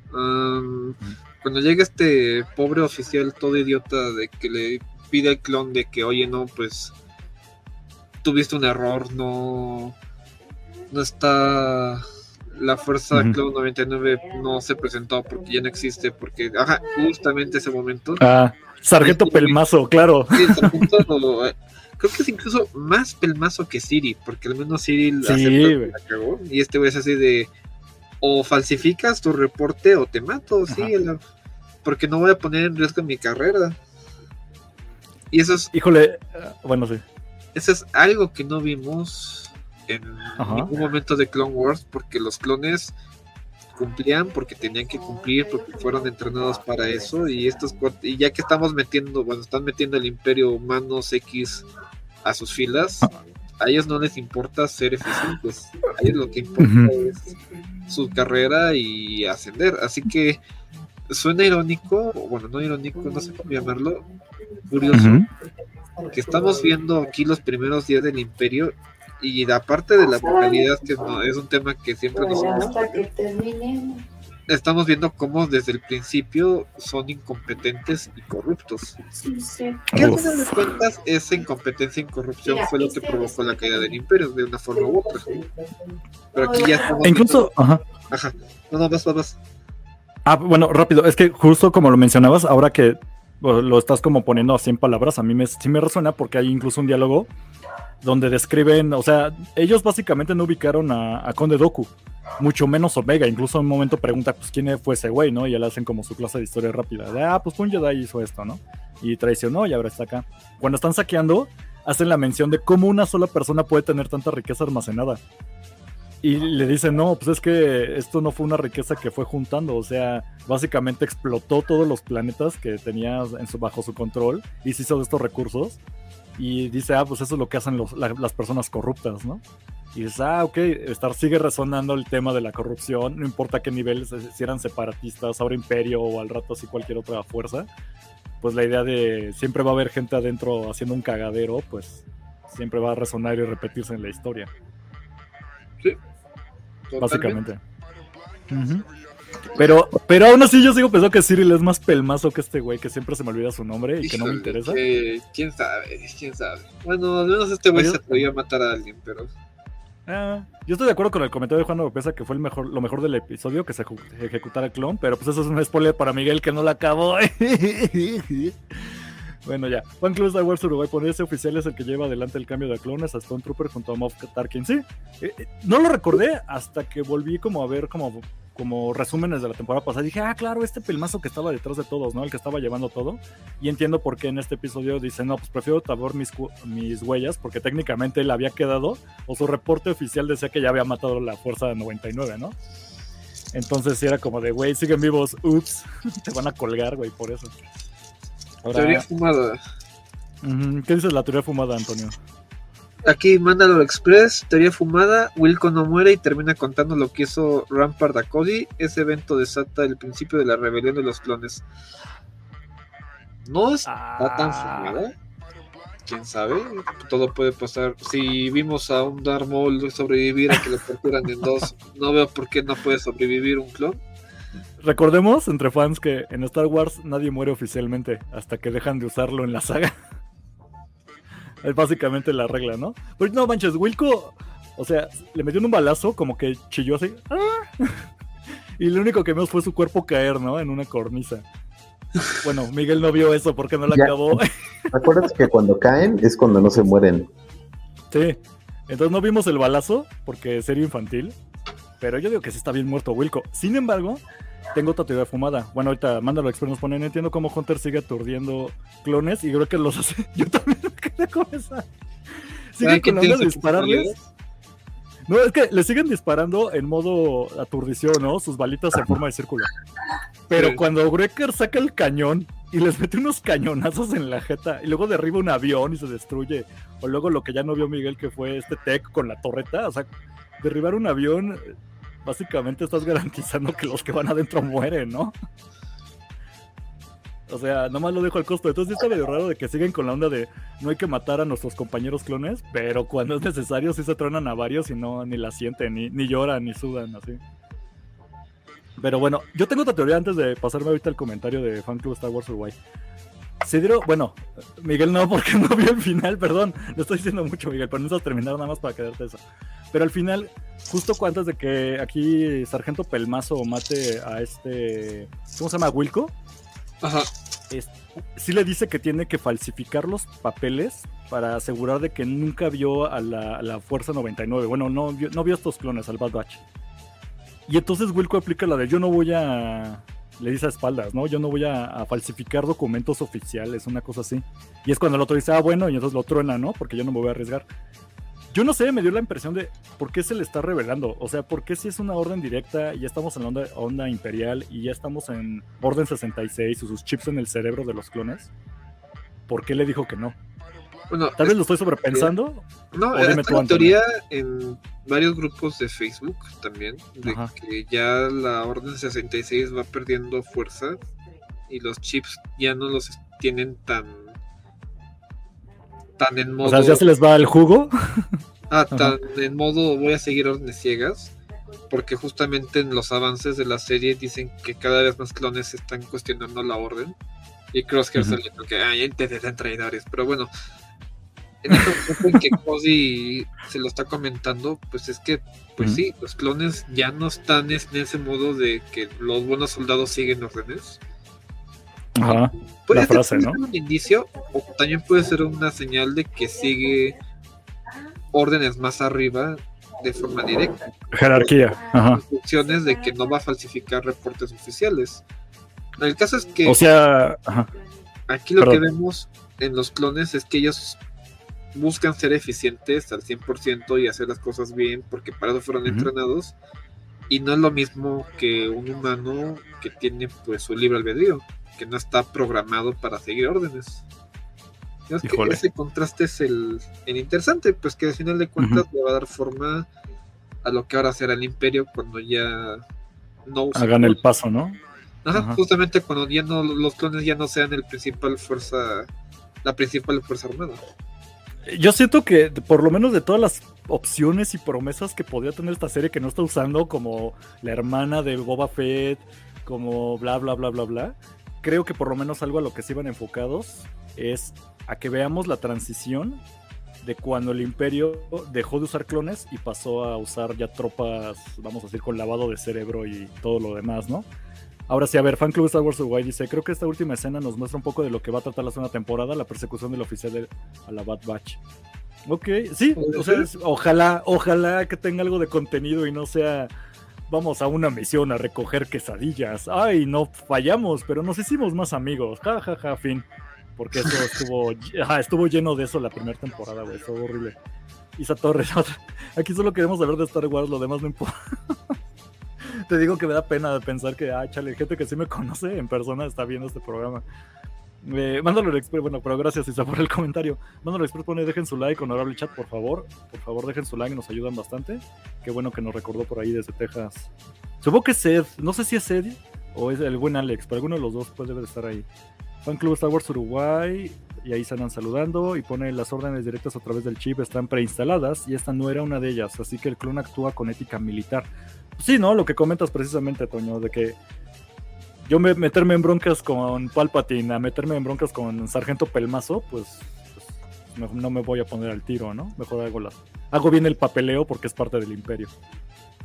Cuando llega este pobre oficial todo idiota de que le pide al clon de que, oye, no, pues tuviste un error, no está la fuerza Clone 99, no se presentó porque ya no existe, porque justamente ese momento Sargento Pelmazo, claro. Sí, Sargento, creo que es incluso más pelmazo que Siri, porque al menos Siri la cagó, y este güey es así de, o falsificas tu reporte o te mato, porque no voy a poner en riesgo mi carrera. Y eso es, híjole, bueno, sí, eso es algo que no vimos en ningún momento de Clone Wars, porque los clones cumplían porque tenían que cumplir, porque fueron entrenados para eso, y ya que están metiendo el Imperio Humanos X a sus filas, a ellos no les importa ser eficientes, a ellos lo que importa es su carrera y ascender. Así que suena irónico, bueno, no irónico, no sé cómo llamarlo, curioso, que estamos viendo aquí los primeros días del Imperio, y aparte de la brutalidad, que no, es un tema que siempre nos gusta, estamos viendo cómo desde el principio son incompetentes y corruptos. Que al final de cuentas, esa incompetencia y corrupción fue lo que provocó la caída del Imperio de una forma u otra. Pero aquí ya estamos incluso viendo... vas. Bueno, rápido, es que justo como lo mencionabas, ahora que lo estás como poniendo así en palabras, a mí sí me resuena, porque hay incluso un diálogo donde describen, o sea, ellos básicamente no ubicaron a Conde Dooku, mucho menos Omega. Incluso en un momento pregunta, pues, ¿quién fue ese güey, no? Y ya le hacen como su clase de historia rápida, de, pues un Jedi hizo esto, ¿no? Y traicionó y ahora está acá. Cuando están saqueando, hacen la mención de cómo una sola persona puede tener tanta riqueza almacenada. Y le dicen, no, pues es que esto no fue una riqueza que fue juntando, o sea, básicamente explotó todos los planetas que tenía bajo su control y se hizo de estos recursos. Y dice, pues eso es lo que hacen las personas corruptas, ¿no? Y dices, ok, sigue resonando el tema de la corrupción, no importa qué nivel, si eran separatistas, ahora Imperio o al rato así cualquier otra fuerza, pues la idea de siempre va a haber gente adentro haciendo un cagadero, pues siempre va a resonar y repetirse en la historia. Sí, básicamente. Pero aún así yo sigo pensando que Cyril es más pelmazo que este güey, que siempre se me olvida su nombre y que no me interesa. ¿Quién sabe? Bueno, al menos este güey se atrevió a matar a alguien, pero... yo estoy de acuerdo con el comentario de Juan Oropesa, que fue lo mejor del episodio, que se ejecutara el clon, pero pues eso es un spoiler para Miguel que no lo acabó. Bueno, ya. Fan Club Star Wars Uruguay pone ese oficial es el que lleva adelante el cambio de clones a Stone Trooper junto a Moff Tarkin. Sí, no lo recordé hasta que volví como a ver como resúmenes de la temporada pasada. Dije, claro, este pelmazo que estaba detrás de todos, ¿no? El que estaba llevando todo. Y entiendo por qué en este episodio dice, no, pues prefiero tapar mis huellas, porque técnicamente él había quedado, o su reporte oficial decía que ya había matado la Fuerza 99, ¿no? Entonces sí era como de, güey, siguen vivos, ups, te van a colgar, güey, por eso. Ahora, teoría fumada. ¿Qué dices la teoría fumada, Antonio? Aquí Mandalore Express, teoría fumada, Wilco no muere y termina contando lo que hizo Rampart a Cody. Ese evento desata el principio de la rebelión de los clones. No está tan fumada. ¿Quién sabe? Todo puede pasar. Si vimos a un Darth Maul sobrevivir a que lo partieran en dos, no veo por qué no puede sobrevivir un clon. Recordemos entre fans que en Star Wars nadie muere oficialmente hasta que dejan de usarlo en la saga. Es básicamente la regla, ¿no? Pero no manches, Wilco, o sea, le metió un balazo, como que chilló así. Y lo único que vimos fue su cuerpo caer, ¿no? En una cornisa. Bueno, Miguel no vio eso porque no la Ya. acabó. Acuérdate que cuando caen es cuando no se mueren. Sí, entonces no vimos el balazo porque es serio infantil, pero yo digo que sí está bien muerto Wilco. Sin embargo, tengo otra teoría fumada. Bueno, ahorita Mándalo Expert nos pone, no entiendo cómo Hunter sigue aturdiendo clones y creo que los hace. Yo también me quedé con esa. Siguen con la onda de dispararles. No, es que le siguen disparando en modo aturdición, ¿no? Sus balitas en forma de círculo. Pero Sí. cuando Wrecker saca el cañón y les mete unos cañonazos en la jeta y luego derriba un avión y se destruye, o luego lo que ya no vio Miguel que fue este tech con la torreta, o sea, derribar un avión, básicamente estás garantizando que los que van adentro mueren, ¿no? O sea, nomás lo dejo al costo. Entonces está medio raro de que siguen con la onda de no hay que matar a nuestros compañeros clones, pero cuando es necesario sí se tronan a varios y no ni la sienten, ni lloran, ni sudan, así. Pero bueno, yo tengo otra teoría antes de pasarme ahorita el comentario de Fan Club Star Wars Uruguay. Se dieron, bueno, Miguel no, porque no vio el final, perdón, lo estoy diciendo mucho, Miguel, pero no vas a terminar nada más para quedarte eso. Pero al final, justo antes de que aquí Sargento Pelmazo mate a este, ¿cómo se llama? ¿Wilco? Ajá. Sí le dice que tiene que falsificar los papeles para asegurar de que nunca vio a la Fuerza 99. Bueno, no vio a estos clones, al Bad Batch. Y entonces Wilco aplica la de yo no voy a... Le dice a espaldas, ¿no? Yo no voy a falsificar documentos oficiales, una cosa así. Y es cuando el otro dice, ah, bueno, y entonces lo truena, ¿no? Porque yo no me voy a arriesgar. Yo no sé, me dio la impresión de por qué se le está revelando. O sea, por qué si es una orden directa y ya estamos en la onda imperial y ya estamos en Orden 66 y sus chips en el cerebro de los clones. ¿Por qué le dijo que no? Bueno, Tal vez lo estoy sobrepensando. no, o dime está tú, la Antonio. teoría en varios grupos de Facebook también, de Ajá. que ya la Orden 66 va perdiendo fuerza y los chips ya no los tienen tan en modo... O sea, ya se les va el jugo. tan en modo voy a seguir órdenes ciegas, porque justamente en los avances de la serie dicen que cada vez más clones están cuestionando la orden y Crosshair saliendo que ya entenderán traidores, pero bueno, en este momento en que Cody se lo está comentando, pues es que pues sí, los clones ya no están en ese modo de que los buenos soldados siguen órdenes. Ajá. Puede La frase, ser ¿no? un indicio, o también puede ser una señal de que sigue órdenes más arriba de forma directa. Jerarquía. Ajá. Instrucciones de que no va a falsificar reportes oficiales. El caso es que O sea, ajá. aquí lo Perdón. que vemos en los clones es que ellos buscan ser eficientes al 100% y hacer las cosas bien porque para eso fueron entrenados, y no es lo mismo que un humano que tiene pues su libre albedrío, que no está programado para seguir órdenes. Es que ese contraste es el interesante, pues que al final de cuentas le va a dar forma a lo que ahora será el Imperio cuando ya no hagan el paso, ¿no? Ajá. Justamente cuando ya no, los clones ya no sean la principal fuerza armada. Yo siento que por lo menos de todas las opciones y promesas que podría tener esta serie que no está usando, como la hermana de Boba Fett, como bla bla bla bla bla, creo que por lo menos algo a lo que se iban enfocados es a que veamos la transición de cuando el Imperio dejó de usar clones y pasó a usar ya tropas, vamos a decir, con lavado de cerebro y todo lo demás, ¿no? Ahora sí, a ver, Fan Club Star Wars Uruguay dice, creo que esta última escena nos muestra un poco de lo que va a tratar la segunda temporada, la persecución del oficial a la Bad Batch. Ok, sí, o sea, ojalá que tenga algo de contenido y no sea, vamos a una misión a recoger quesadillas. Ay, no fallamos, pero nos hicimos más amigos. Ja, ja, ja, fin. Porque eso estuvo lleno de eso la primera temporada, güey, estuvo horrible. Isa Torres, aquí solo queremos hablar de Star Wars, lo demás no importa. Te digo que me da pena de pensar que, chale, gente que sí me conoce en persona está viendo este programa. Mándalo al Express, bueno, pero gracias Isa por el comentario. Mándalo al Express, pone, dejen su like, honorable chat, por favor dejen su like, nos ayudan bastante. Qué bueno que nos recordó por ahí desde Texas. Supongo que es Ed, no sé si es Ed o es el buen Alex, pero alguno de los dos puede estar ahí. Fan Club Star Wars Uruguay, y ahí se andan saludando y pone las órdenes directas a través del chip están preinstaladas y esta no era una de ellas, así que el clon actúa con ética militar. Sí, ¿no? Lo que comentas precisamente, Toño, de que yo meterme en broncas con Palpatine a meterme en broncas con Sargento Pelmazo, pues no me voy a poner al tiro, ¿no? Mejor hago bien el papeleo porque es parte del Imperio.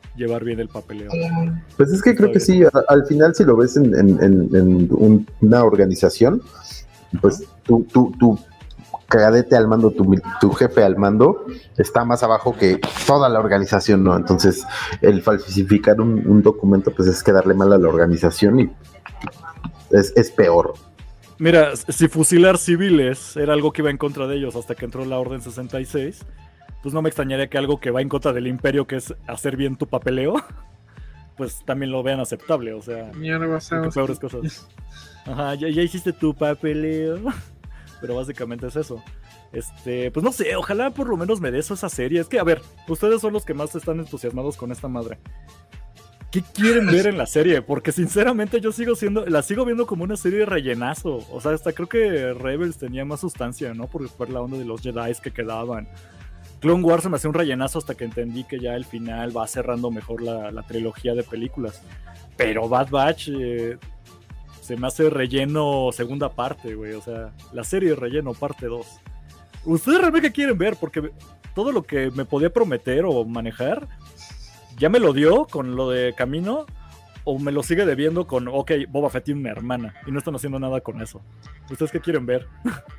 llevar bien el papeleo. Pues es que creo que sí, al final si lo ves en una organización, pues tu cadete al mando, tu jefe al mando, está más abajo que toda la organización, ¿no? Entonces, el falsificar un documento, pues es quedarle mal a la organización y es peor. Mira, si fusilar civiles era algo que iba en contra de ellos hasta que entró la Orden 66, pues no me extrañaría que algo que va en contra del imperio, que es hacer bien tu papeleo, pues también lo vean aceptable, o sea, qué peores cosas. Ajá, ya hiciste tu papeleo, pero básicamente es eso. Pues no sé, ojalá por lo menos me dé eso esa serie. Es que, a ver, ustedes son los que más están entusiasmados con esta madre. ¿Qué quieren ver en la serie? Porque sinceramente yo la sigo viendo como una serie de rellenazo. O sea, hasta creo que Rebels tenía más sustancia, ¿no? Por la onda de los Jedi que quedaban. Clone Wars se me hacía un rellenazo hasta que entendí que ya el final va cerrando mejor la trilogía de películas. Pero Bad Batch se me hace relleno segunda parte, güey. O sea, la serie de relleno parte 2. ¿Ustedes realmente qué quieren ver? Porque todo lo que me podía prometer o manejar, ya me lo dio con lo de Camino, o me lo sigue debiendo con, ok, Boba Fett tiene una hermana, y no están haciendo nada con eso. ¿Ustedes qué quieren ver?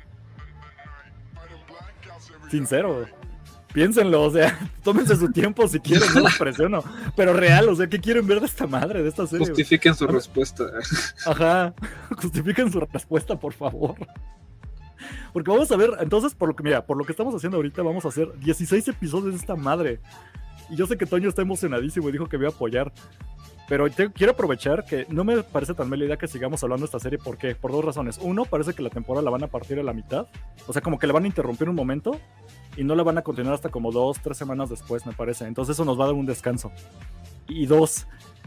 Sincero, piénsenlo, o sea, tómense su tiempo si quieren, no los presiono, pero real, o sea, ¿qué quieren ver de esta madre, de esta serie? Justifiquen su respuesta. Ajá, justifiquen su respuesta, por favor. Porque vamos a ver, entonces, por lo que estamos haciendo ahorita, vamos a hacer 16 episodios de esta madre. Y yo sé que Toño está emocionadísimo y dijo que me iba a apoyar. Pero quiero aprovechar que no me parece tan mala idea que sigamos hablando de esta serie. ¿Por qué? Por dos razones. Uno, parece que la temporada la van a partir a la mitad. O sea, como que la van a interrumpir un momento y no la van a continuar hasta como 2-3 semanas después, me parece. Entonces eso nos va a dar un descanso. Y dos,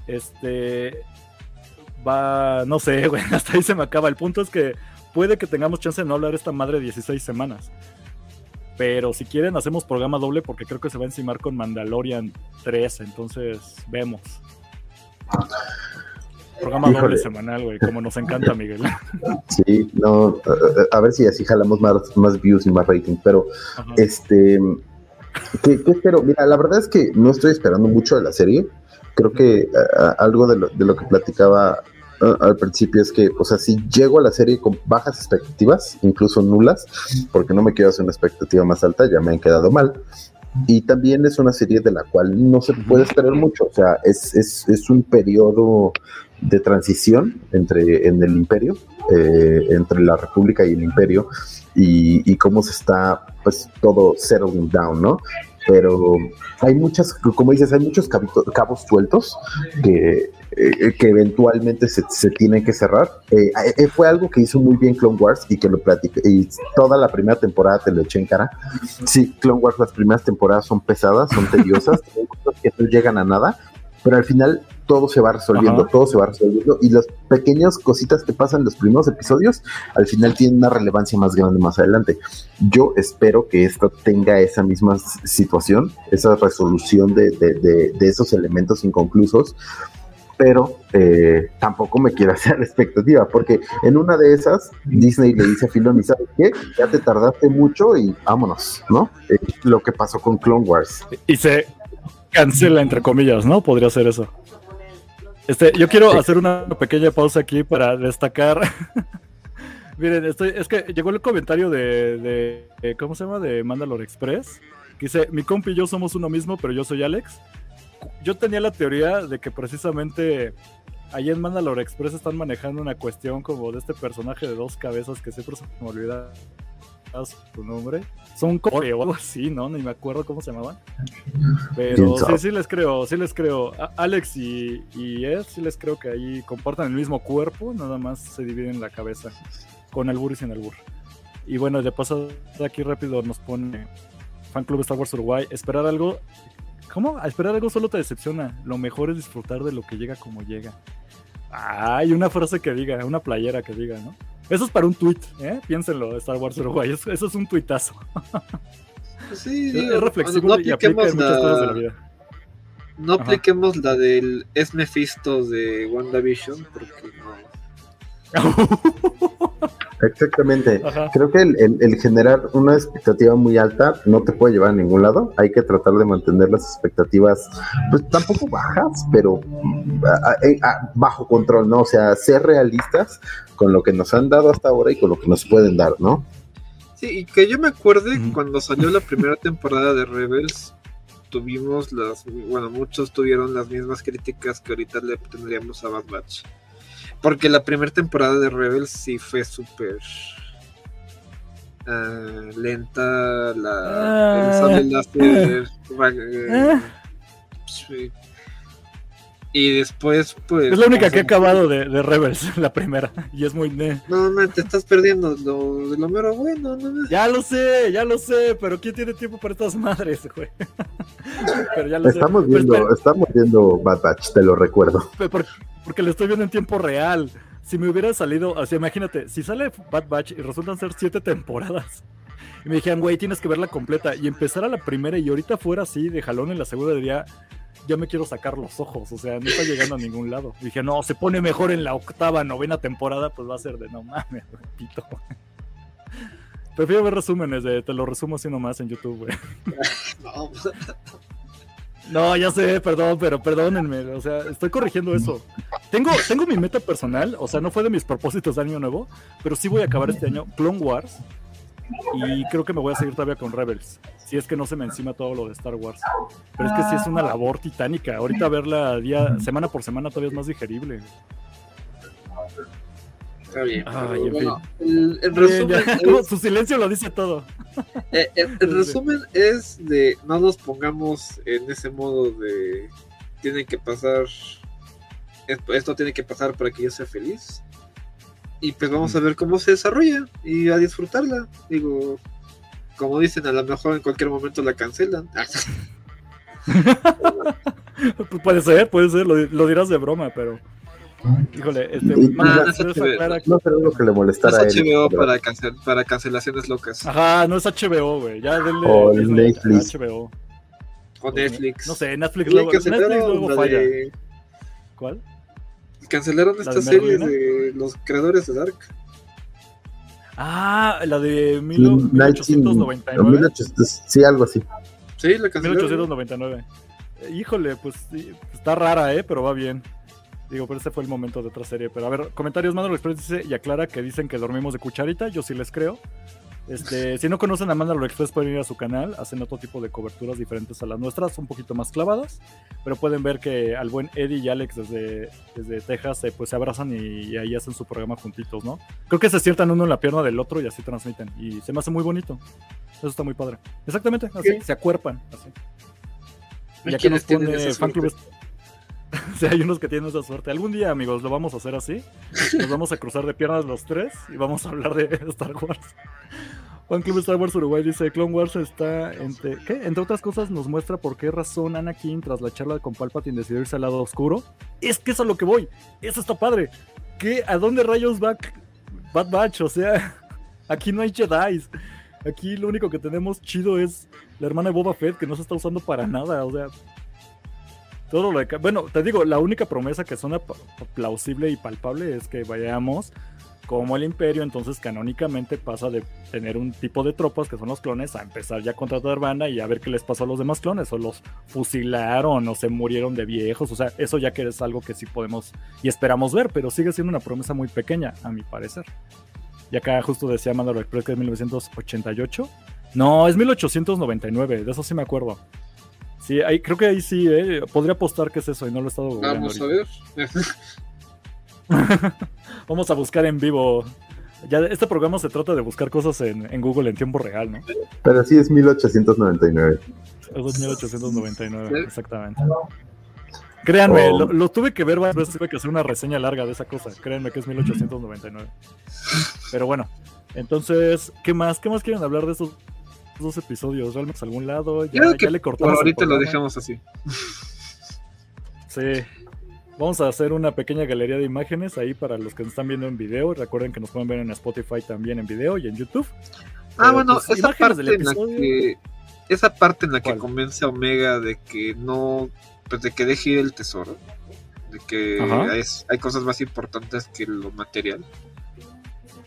no sé, güey, hasta ahí se me acaba. El punto es que puede que tengamos chance de no hablar esta madre 16 semanas. Pero si quieren hacemos programa doble porque creo que se va a encimar con Mandalorian 3, entonces vemos. Programa doble semanal, güey, como nos encanta, Miguel. Sí, no, a ver si así jalamos más views y más rating, pero ¿qué espero? Mira, la verdad es que no estoy esperando mucho de la serie. Creo que algo de lo que platicaba al principio es que, o sea, si llego a la serie con bajas expectativas, incluso nulas, porque no me quiero hacer una expectativa más alta, ya me han quedado mal. Y también es una serie de la cual no se puede esperar mucho, o sea, es un periodo de transición en el imperio, entre la república y el imperio, y cómo se está, pues, todo settling down, ¿no? Pero hay como dices, hay muchos cabos sueltos que eventualmente se tienen que cerrar. Fue algo que hizo muy bien Clone Wars y que lo platiqué, y toda la primera temporada te lo eché en cara. Sí, Clone Wars, las primeras temporadas son pesadas, son tediosas, que no llegan a nada, pero al final todo se va resolviendo, y las pequeñas cositas que pasan en los primeros episodios, al final tienen una relevancia más grande más adelante. Yo espero que esto tenga esa misma situación, esa resolución de esos elementos inconclusos, pero tampoco me quiero hacer la expectativa, porque en una de esas Disney le dice a Filoni, ¿sabes qué? Ya te tardaste mucho y vámonos, ¿no? Lo que pasó con Clone Wars. Y se cancela, entre comillas, ¿no? Podría ser eso. Yo quiero hacer una pequeña pausa aquí para destacar. Miren, es que llegó el comentario de ¿cómo se llama? De Mandalore Express, que dice, mi compi y yo somos uno mismo, pero yo soy Alex. Yo tenía la teoría de que precisamente ahí en Mandalore Express están manejando una cuestión como de este personaje de 2 cabezas que siempre se me olvida su nombre. Son como o algo así, ¿no? Ni me acuerdo cómo se llamaban. Pero sí les creo. Alex y Ed, sí les creo que ahí compartan el mismo cuerpo, nada más se dividen la cabeza, con albur y sin albur. Y bueno, de paso aquí rápido nos pone Fan Club Star Wars Uruguay, esperar algo... ¿Cómo? A esperar algo solo te decepciona. Lo mejor es disfrutar de lo que llega como llega. Hay una frase que diga, una playera que diga, ¿no? Eso es para un tweet, ¿eh? Piénsenlo, Star Wars Uruguay. Eso es un tuitazo. Sí, es reflexivo y aplica en muchas cosas de la vida. No apliquemos la del Es Mephisto de WandaVision, porque no. Exactamente. Ajá. Creo que el generar una expectativa muy alta no te puede llevar a ningún lado. Hay que tratar de mantener las expectativas, pues tampoco bajas, pero bajo control, ¿no? O sea, ser realistas con lo que nos han dado hasta ahora y con lo que nos pueden dar, ¿no? Sí, y que yo me acuerde cuando salió la primera temporada de Rebels, tuvimos muchos tuvieron las mismas críticas que ahorita le tendríamos a Bad Batch. Porque la primera temporada de Rebels sí fue súper lenta, el sable láser, sí. Y después, pues... Es la única que he acabado de Rebels, la primera. Y es muy... No, man, te estás perdiendo de lo mero bueno, ¿no? Ya lo sé, pero ¿quién tiene tiempo para estas madres, güey? Pero ya lo estamos sé. Viendo, estamos viendo Bad Batch, te lo recuerdo. Porque lo estoy viendo en tiempo real. Si me hubiera salido, así imagínate, si sale Bad Batch y resultan ser 7 temporadas, y me dijeran, güey, tienes que verla completa, y empezar a la primera y ahorita fuera así, de jalón en la segunda, diría... ya me quiero sacar los ojos, o sea, no está llegando a ningún lado. Y dije, no, se pone mejor en la 8ª, 9ª temporada, pues va a ser de no mames, repito. Prefiero ver resúmenes te lo resumo así nomás en YouTube, güey. No, ya sé, perdón, pero perdónenme, o sea, estoy corrigiendo eso. Tengo mi meta personal, o sea, no fue de mis propósitos de año nuevo, pero sí voy a acabar este año Clone Wars. Y creo que me voy a seguir todavía con Rebels, si es que no se me encima todo lo de Star Wars. Pero es que sí es una labor titánica. Ahorita verla semana por semana todavía es más digerible. Está bien. Ay, en fin. El resumen es, su silencio lo dice todo. el resumen es de no nos pongamos en ese modo de esto tiene que pasar para que yo sea feliz. Y pues vamos a ver cómo se desarrolla y a disfrutarla. Digo, como dicen, a lo mejor en cualquier momento la cancelan. Puede ser, lo dirás de broma, pero... Híjole, no creo lo que le molestara no es a él. HBO para cancelaciones locas. Ajá, no es HBO, güey. Ya denle o Netflix. HBO. O Netflix. No sé, Netflix luego falla. ¿Cuál? Cancelaron esta serie de los creadores de Dark. Ah, la de 1899. Sí, algo así. Sí, la cancelaron. 1899. Híjole, pues sí, está rara, pero va bien. Digo, pero ese fue el momento de otra serie. Pero a ver, comentarios, Mandalorian Express dice y aclara que dicen que dormimos de cucharita. Yo sí les creo. Si no conocen a Mandalorian Express, pueden ir a su canal. Hacen otro tipo de coberturas diferentes a las nuestras, un poquito más clavadas. Pero pueden ver que al buen Eddie y Alex desde Texas pues se abrazan y ahí hacen su programa juntitos, ¿no? Creo que se sientan uno en la pierna del otro y así transmiten. Y se me hace muy bonito. Eso está muy padre. Exactamente, así, se acuerpan. Así. Y ya que nos pone fanclubes. O sea, hay unos que tienen esa suerte. Algún día, amigos, lo vamos a hacer así. Nos vamos a cruzar de piernas los tres y vamos a hablar de Star Wars. Juan Club Star Wars Uruguay dice: Clone Wars está entre otras cosas nos muestra por qué razón Anakin, tras la charla con Palpatine, decidió irse al lado oscuro. Es que es a lo que voy. Eso está padre. ¿A dónde rayos va Bad Batch? O sea, aquí no hay Jedi. Aquí lo único que tenemos chido es la hermana de Boba Fett, que no se está usando para nada. O sea, todo lo de... Bueno, te digo, la única promesa que suena plausible y palpable es que vayamos como el Imperio, entonces canónicamente pasa de tener un tipo de tropas que son los clones a empezar ya a contratar banda y a ver qué les pasó a los demás clones, o los fusilaron o se murieron de viejos. O sea, eso ya que es algo que sí podemos y esperamos ver, pero sigue siendo una promesa muy pequeña, a mi parecer. Y acá justo decía Mandalorian Express que es 1988. No, es 1899, de eso sí me acuerdo. Sí, creo que ahí sí, podría apostar que es eso y no lo he estado googleando. Vamos a ver. Vamos a buscar en vivo. Ya este programa se trata de buscar cosas en Google en tiempo real, ¿no? Pero sí es 1899. Es 1899, exactamente. Créanme, lo tuve que ver varias veces, tuve que hacer una reseña larga de esa cosa. Créanme que es 1899. Pero bueno, entonces, ¿qué más quieren hablar de esos dos episodios? ¿Realmente a algún lado? Ya le cortamos. Por ahorita lo dejamos así. Sí. Vamos a hacer una pequeña galería de imágenes ahí para los que nos están viendo en video. Recuerden que nos pueden ver en Spotify también en video y en YouTube. Bueno, pues, esa parte en la que convence a Omega de que no, pues de que deje ir el tesoro, de que hay cosas más importantes que lo material.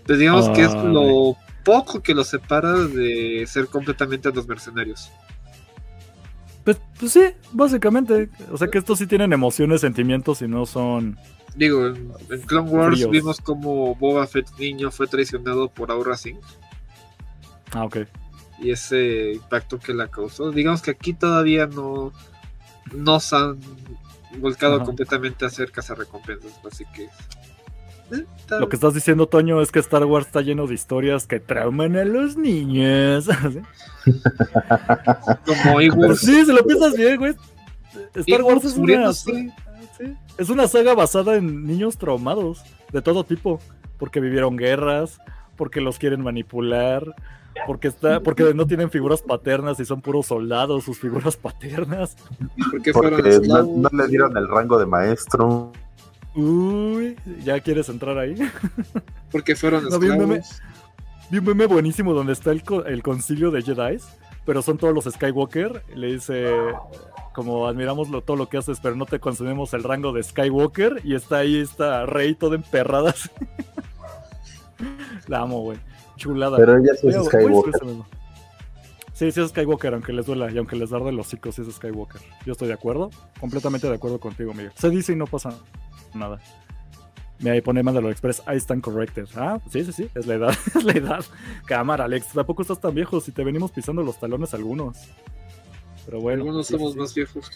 Pues digamos que es lo poco que los separa de ser completamente los mercenarios. Pues sí, básicamente. O sea que estos sí tienen emociones, sentimientos y no son... Digo, en Clone Wars fríos. vimos como Boba Fett niño fue traicionado por Aurra Singh. Ah, ok. Y ese impacto que la causó. Digamos que aquí todavía no se han volcado completamente a hacer cazarrecompensas. Así que... Lo que estás diciendo, Toño, es que Star Wars está lleno de historias que trauman a los niños. ¿Sí? Como Ewoks. Sí, se lo piensas bien, güey. Star Wars es muriéndose. es una saga basada en niños traumados de todo tipo, porque vivieron guerras, porque los quieren manipular, porque no tienen figuras paternas y son puros soldados sus figuras paternas. Porque no le dieron el rango de maestro. Uy, ¿ya quieres entrar ahí? Porque fueron No, esclavos. vi un meme buenísimo donde está el concilio de Jedi, pero son todos los Skywalker. Le dice, como admiramos todo lo que haces, pero no te concedemos el rango de Skywalker. Y está ahí esta Rey toda emperrada. La amo, güey. Chulada. Pero ella sí es Skywalker. Sí, sí es Skywalker, aunque les duela y aunque les darde los hocicos, sí es Skywalker. Yo estoy de acuerdo, completamente de acuerdo contigo, Miguel. Se dice y no pasa nada. Me ahí pone Mandalore Express, I stand corrected. Ah, sí, es la edad, es la edad. Cámara, Alex, tampoco estás tan viejo si te venimos pisando los talones algunos. Pero bueno. Algunos somos más viejos.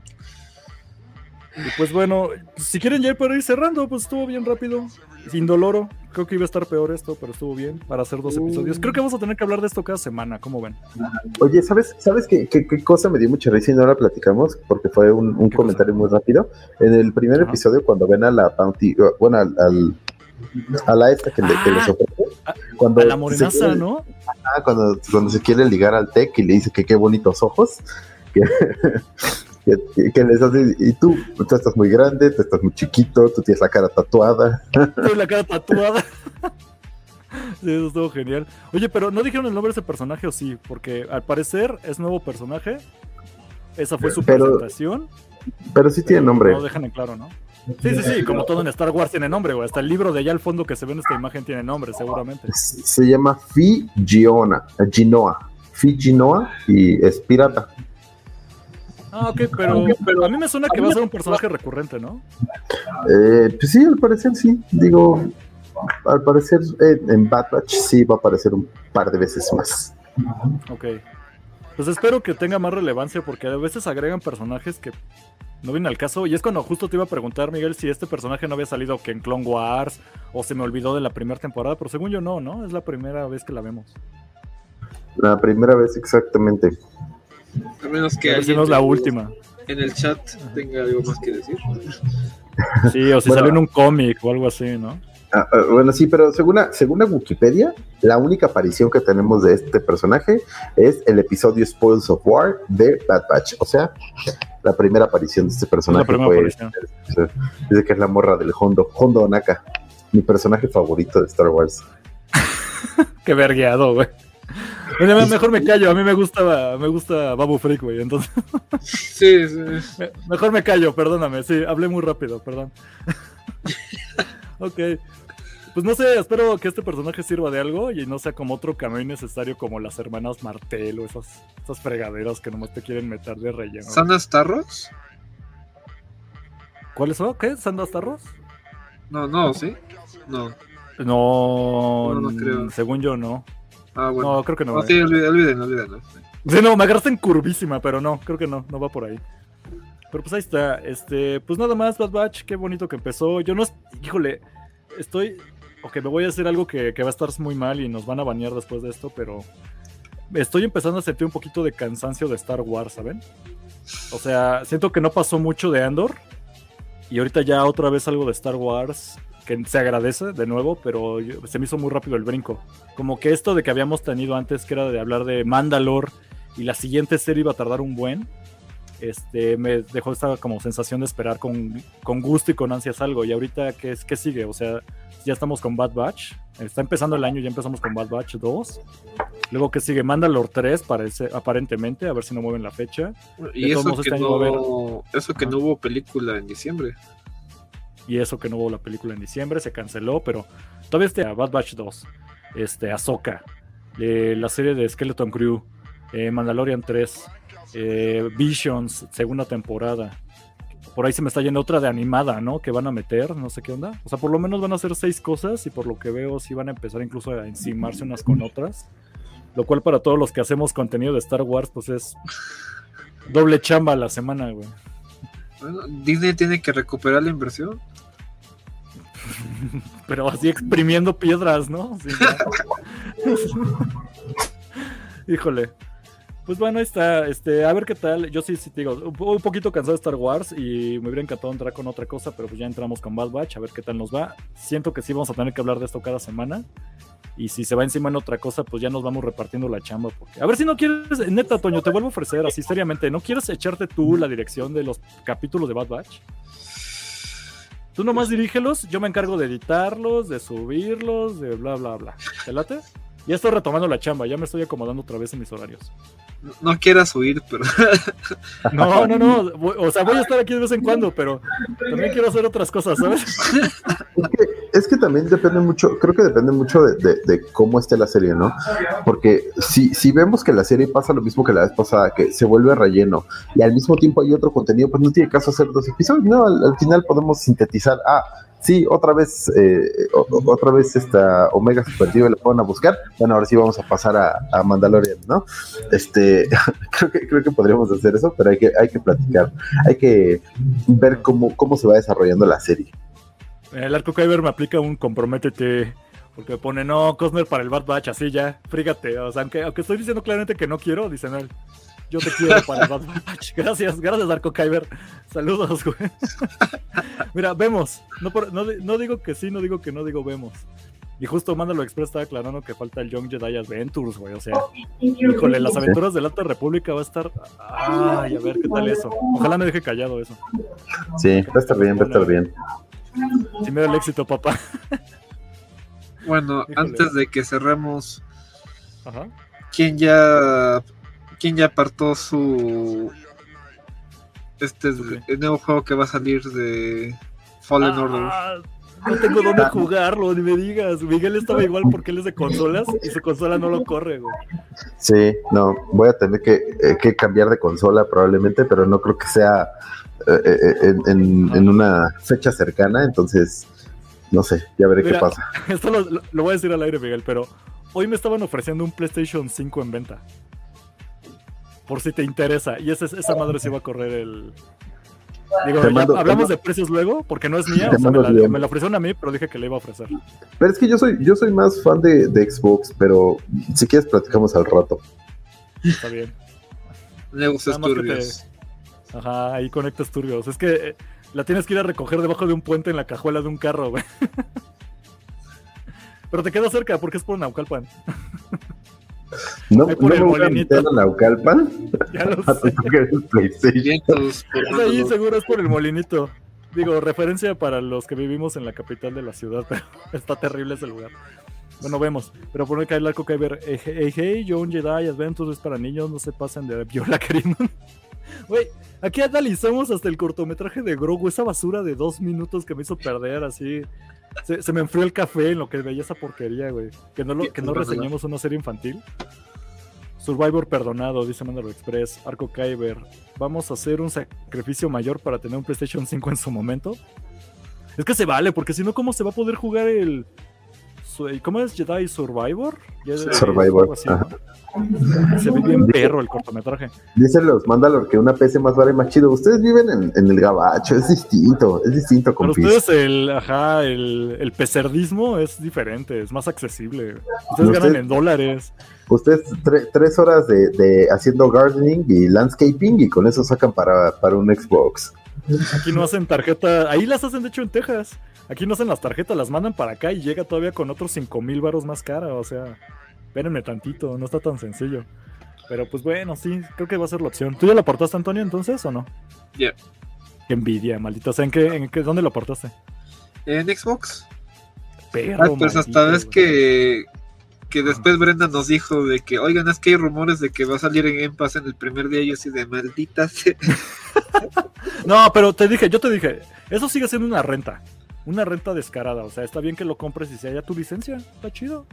Y pues bueno, si quieren ya para ir cerrando, pues estuvo bien rápido, indoloro. Creo que iba a estar peor esto, pero estuvo bien para hacer 2 episodios. Creo que vamos a tener que hablar de esto cada semana, ¿cómo ven? Oye, ¿sabes qué cosa me dio mucha risa y no la platicamos? Porque fue un comentario muy rápido. En el primer episodio, cuando ven a la Bounty, bueno, a la esta que les ofrece, cuando a la morenaza, ¿no? Cuando se quiere ligar al Tech y le dice que qué bonitos ojos, que les hace, y tú estás muy grande, tú estás muy chiquito, tú tienes la cara tatuada. Tienes la cara tatuada. Sí, eso estuvo genial. Oye, pero ¿no dijeron el nombre de ese personaje o sí? Porque al parecer es nuevo personaje. Esa fue su presentación. Pero sí tiene nombre. No dejan en claro, ¿no? Sí, como todo en Star Wars tiene nombre, güey. Hasta el libro de allá al fondo que se ve en esta imagen tiene nombre, seguramente. Se llama Ginoa, y es pirata. Ah, ok, pero a mí me suena que va a ser un personaje recurrente, ¿no? Pues sí, al parecer sí. Digo, al parecer en Bad Batch sí va a aparecer un par de veces más. Ok. Pues espero que tenga más relevancia porque a veces agregan personajes que no vienen al caso. Y es cuando justo te iba a preguntar, Miguel, si este personaje no había salido que en Clone Wars o se me olvidó de la primera temporada. Pero según yo no, es la primera vez que la vemos. La primera vez exactamente. A menos que alguien la última en el chat tenga algo más que decir. Sí, o si salió en un cómic o algo así, ¿no? Bueno, sí, pero según la Wikipedia, la única aparición que tenemos de este personaje es el episodio Spoils of War de Bad Batch. O sea, la primera aparición de este personaje dice que es la morra del Hondo Onaka, mi personaje favorito de Star Wars. Qué vergueado, güey. Oye, mejor me callo, a mí me gusta Babu Frick, güey, entonces. Sí. Mejor me callo, perdóname, sí, hablé muy rápido, perdón. Ok. Pues no sé, espero que este personaje sirva de algo y no sea como otro cameo innecesario como las hermanas Martel o esas fregaderas que nomás te quieren meter de relleno. ¿Sandas Tarros? ¿Cuáles son? ¿Qué? ¿Sandas Tarros? No, ¿sí? No creo. Según yo, no. Ah, bueno. No, creo que no. Sí, olvídenlo. Sí, no, me agarraste en curvísima, pero no, creo que no va por ahí. Pero pues ahí está, pues nada más, Bad Batch, qué bonito que empezó. Yo no, híjole, me voy a hacer algo que va a estar muy mal y nos van a banear después de esto, pero estoy empezando a sentir un poquito de cansancio de Star Wars, ¿saben? O sea, siento que no pasó mucho de Andor y ahorita ya otra vez algo de Star Wars que se agradece de nuevo, pero se me hizo muy rápido el brinco. Como que esto de que habíamos tenido antes, que era de hablar de Mandalore y la siguiente serie iba a tardar un buen, me dejó esta como sensación de esperar con gusto y con ansias algo. Y ahorita, ¿qué sigue? O sea, ya estamos con Bad Batch, está empezando el año, ya empezamos con Bad Batch 2. Luego, ¿qué sigue? Mandalore 3, parece, aparentemente, a ver si no mueven la fecha. Y eso que, no hubo película en diciembre. Y eso que no hubo la película en diciembre, se canceló, pero Todavía Bad Batch 2, Ahsoka, la serie de Skeleton Crew, Mandalorian 3, Visions, segunda temporada. Por ahí se me está yendo otra de animada, ¿no? Que van a meter, no sé qué onda. O sea, por lo menos van a hacer 6 cosas y por lo que veo sí van a empezar incluso a encimarse unas con otras. Lo cual para todos los que hacemos contenido de Star Wars, pues es doble chamba a la semana, güey. Bueno, Disney tiene que recuperar la inversión. Pero así exprimiendo piedras, ¿no? Sí, híjole. Pues bueno, ahí está, a ver qué tal. Yo sí te digo, un poquito cansado de Star Wars y me hubiera encantado entrar con otra cosa, pero pues ya entramos con Bad Batch, a ver qué tal nos va. Siento que sí vamos a tener que hablar de esto cada semana. Y si se va encima en otra cosa, pues ya nos vamos repartiendo la chamba. Porque... A ver si no quieres, neta, Toño, te vuelvo a ofrecer así seriamente, ¿no quieres echarte tú la dirección de los capítulos de Bad Batch? Tú nomás dirígelos, yo me encargo de editarlos, de subirlos, de bla, bla, bla. ¿Te late? Ya estoy retomando la chamba, ya me estoy acomodando otra vez en mis horarios. No quieras huir, pero... No, o sea, voy a estar aquí de vez en cuando, pero también quiero hacer otras cosas, ¿sabes? Es que también depende mucho, creo que depende mucho de cómo esté la serie, ¿no? Porque si vemos que la serie pasa lo mismo que la vez pasada, que se vuelve relleno, y al mismo tiempo hay otro contenido, pues no tiene caso hacer 2 episodios, ¿no? Al final podemos sintetizar, sí, otra vez esta Omega se perdió y la fueron a buscar. Bueno, ahora sí vamos a pasar a Mandalorian, ¿no? Creo que podríamos hacer eso, pero hay que platicar, hay que ver cómo se va desarrollando la serie. El Arco Kyber me aplica un comprométete, porque me pone, no, Costner para el Bad Batch, así ya, frígate. O sea, aunque estoy diciendo claramente que no quiero, dicen él. Yo te quiero para el Bad Batch. Gracias Arco Kyber. Saludos, güey. Mira, vemos. No digo que sí, no digo que no, digo vemos. Y justo Mándalo Express estaba aclarando que falta el Young Jedi Adventures, güey. O sea, híjole, las aventuras de la Alta República va a estar... Ay, a ver qué tal eso. Ojalá me deje callado eso. Sí, va a estar bien. Sí me da el éxito, papá. Bueno, híjole. Antes de que cerremos, ajá. ¿Quién ya apartó su el nuevo juego que va a salir de Fallen Order? No tengo dónde jugarlo, ni me digas. Miguel estaba igual porque él es de consolas y su consola no lo corre, güey. Sí, no, voy a tener que cambiar de consola probablemente, pero no creo que sea en una fecha cercana, entonces no sé, ya veré. Mira, qué pasa. Esto lo voy a decir al aire, Miguel, pero hoy me estaban ofreciendo un PlayStation 5 en venta. Por si te interesa. Y esa madre se iba a correr el... Digo, hablamos de precios luego, porque no es mía. O sea, me la ofrecieron a mí, pero dije que le iba a ofrecer. Pero es que yo soy más fan de Xbox, pero si quieres platicamos al rato. Está bien. Negocios turbios. Ajá, ahí conectas turbios. Es que la tienes que ir a recoger debajo de un puente en la cajuela de un carro, güey. Pero te queda cerca, porque es por Naucalpan. No me voy a meter a Naucalpan. Ya lo sé. PlayStation. Ahí seguro es por el molinito. Digo, referencia para los que vivimos en la capital de la ciudad, pero está terrible ese lugar. Bueno, vemos. Pero por acá el Arco Kyber, hey, Young Jedi Adventures es para niños, no se pasen de viola, querido. Güey, aquí analizamos hasta el cortometraje de Grogu, esa basura de 2 minutos que me hizo perder, así. Se me enfrió el café en lo que veía esa porquería, güey. Que no reseñamos una serie infantil. Survivor perdonado, dice Mándalo Express. Arco Kyber, vamos a hacer un sacrificio mayor para tener un PlayStation 5 en su momento. Es que se vale, porque si no, ¿cómo se va a poder jugar el... ¿Cómo es? ¿Jedi Survivor? Survivor, así, ¿no? Se ve bien perro el cortometraje. Dicen los Mandalor que una PC más vale más chido. Ustedes viven en el gabacho, es distinto, Para ustedes el pecerdismo es diferente, es más accesible. Ustedes ganan en dólares. Ustedes 3 horas de haciendo gardening y landscaping y con eso sacan para un Xbox. Aquí no hacen tarjeta, ahí las hacen de hecho en Texas. Aquí no hacen las tarjetas, las mandan para acá y llega todavía con otros 5,000 varos más cara, o sea, espérenme tantito, no está tan sencillo. Pero pues bueno, sí, creo que va a ser la opción. ¿Tú ya lo aportaste, Antonio, entonces, o no? Ya. Yeah. Qué envidia, maldito. O sea, ¿dónde lo aportaste? En Xbox. Pero pues hasta ves que después Brenda nos dijo de que, oigan, es que hay rumores de que va a salir en Game Pass en el primer día, y yo así de malditas. No, pero yo te dije, eso sigue siendo una renta. una renta descarada. O sea, está bien que lo compres y se haya tu licencia. Está chido.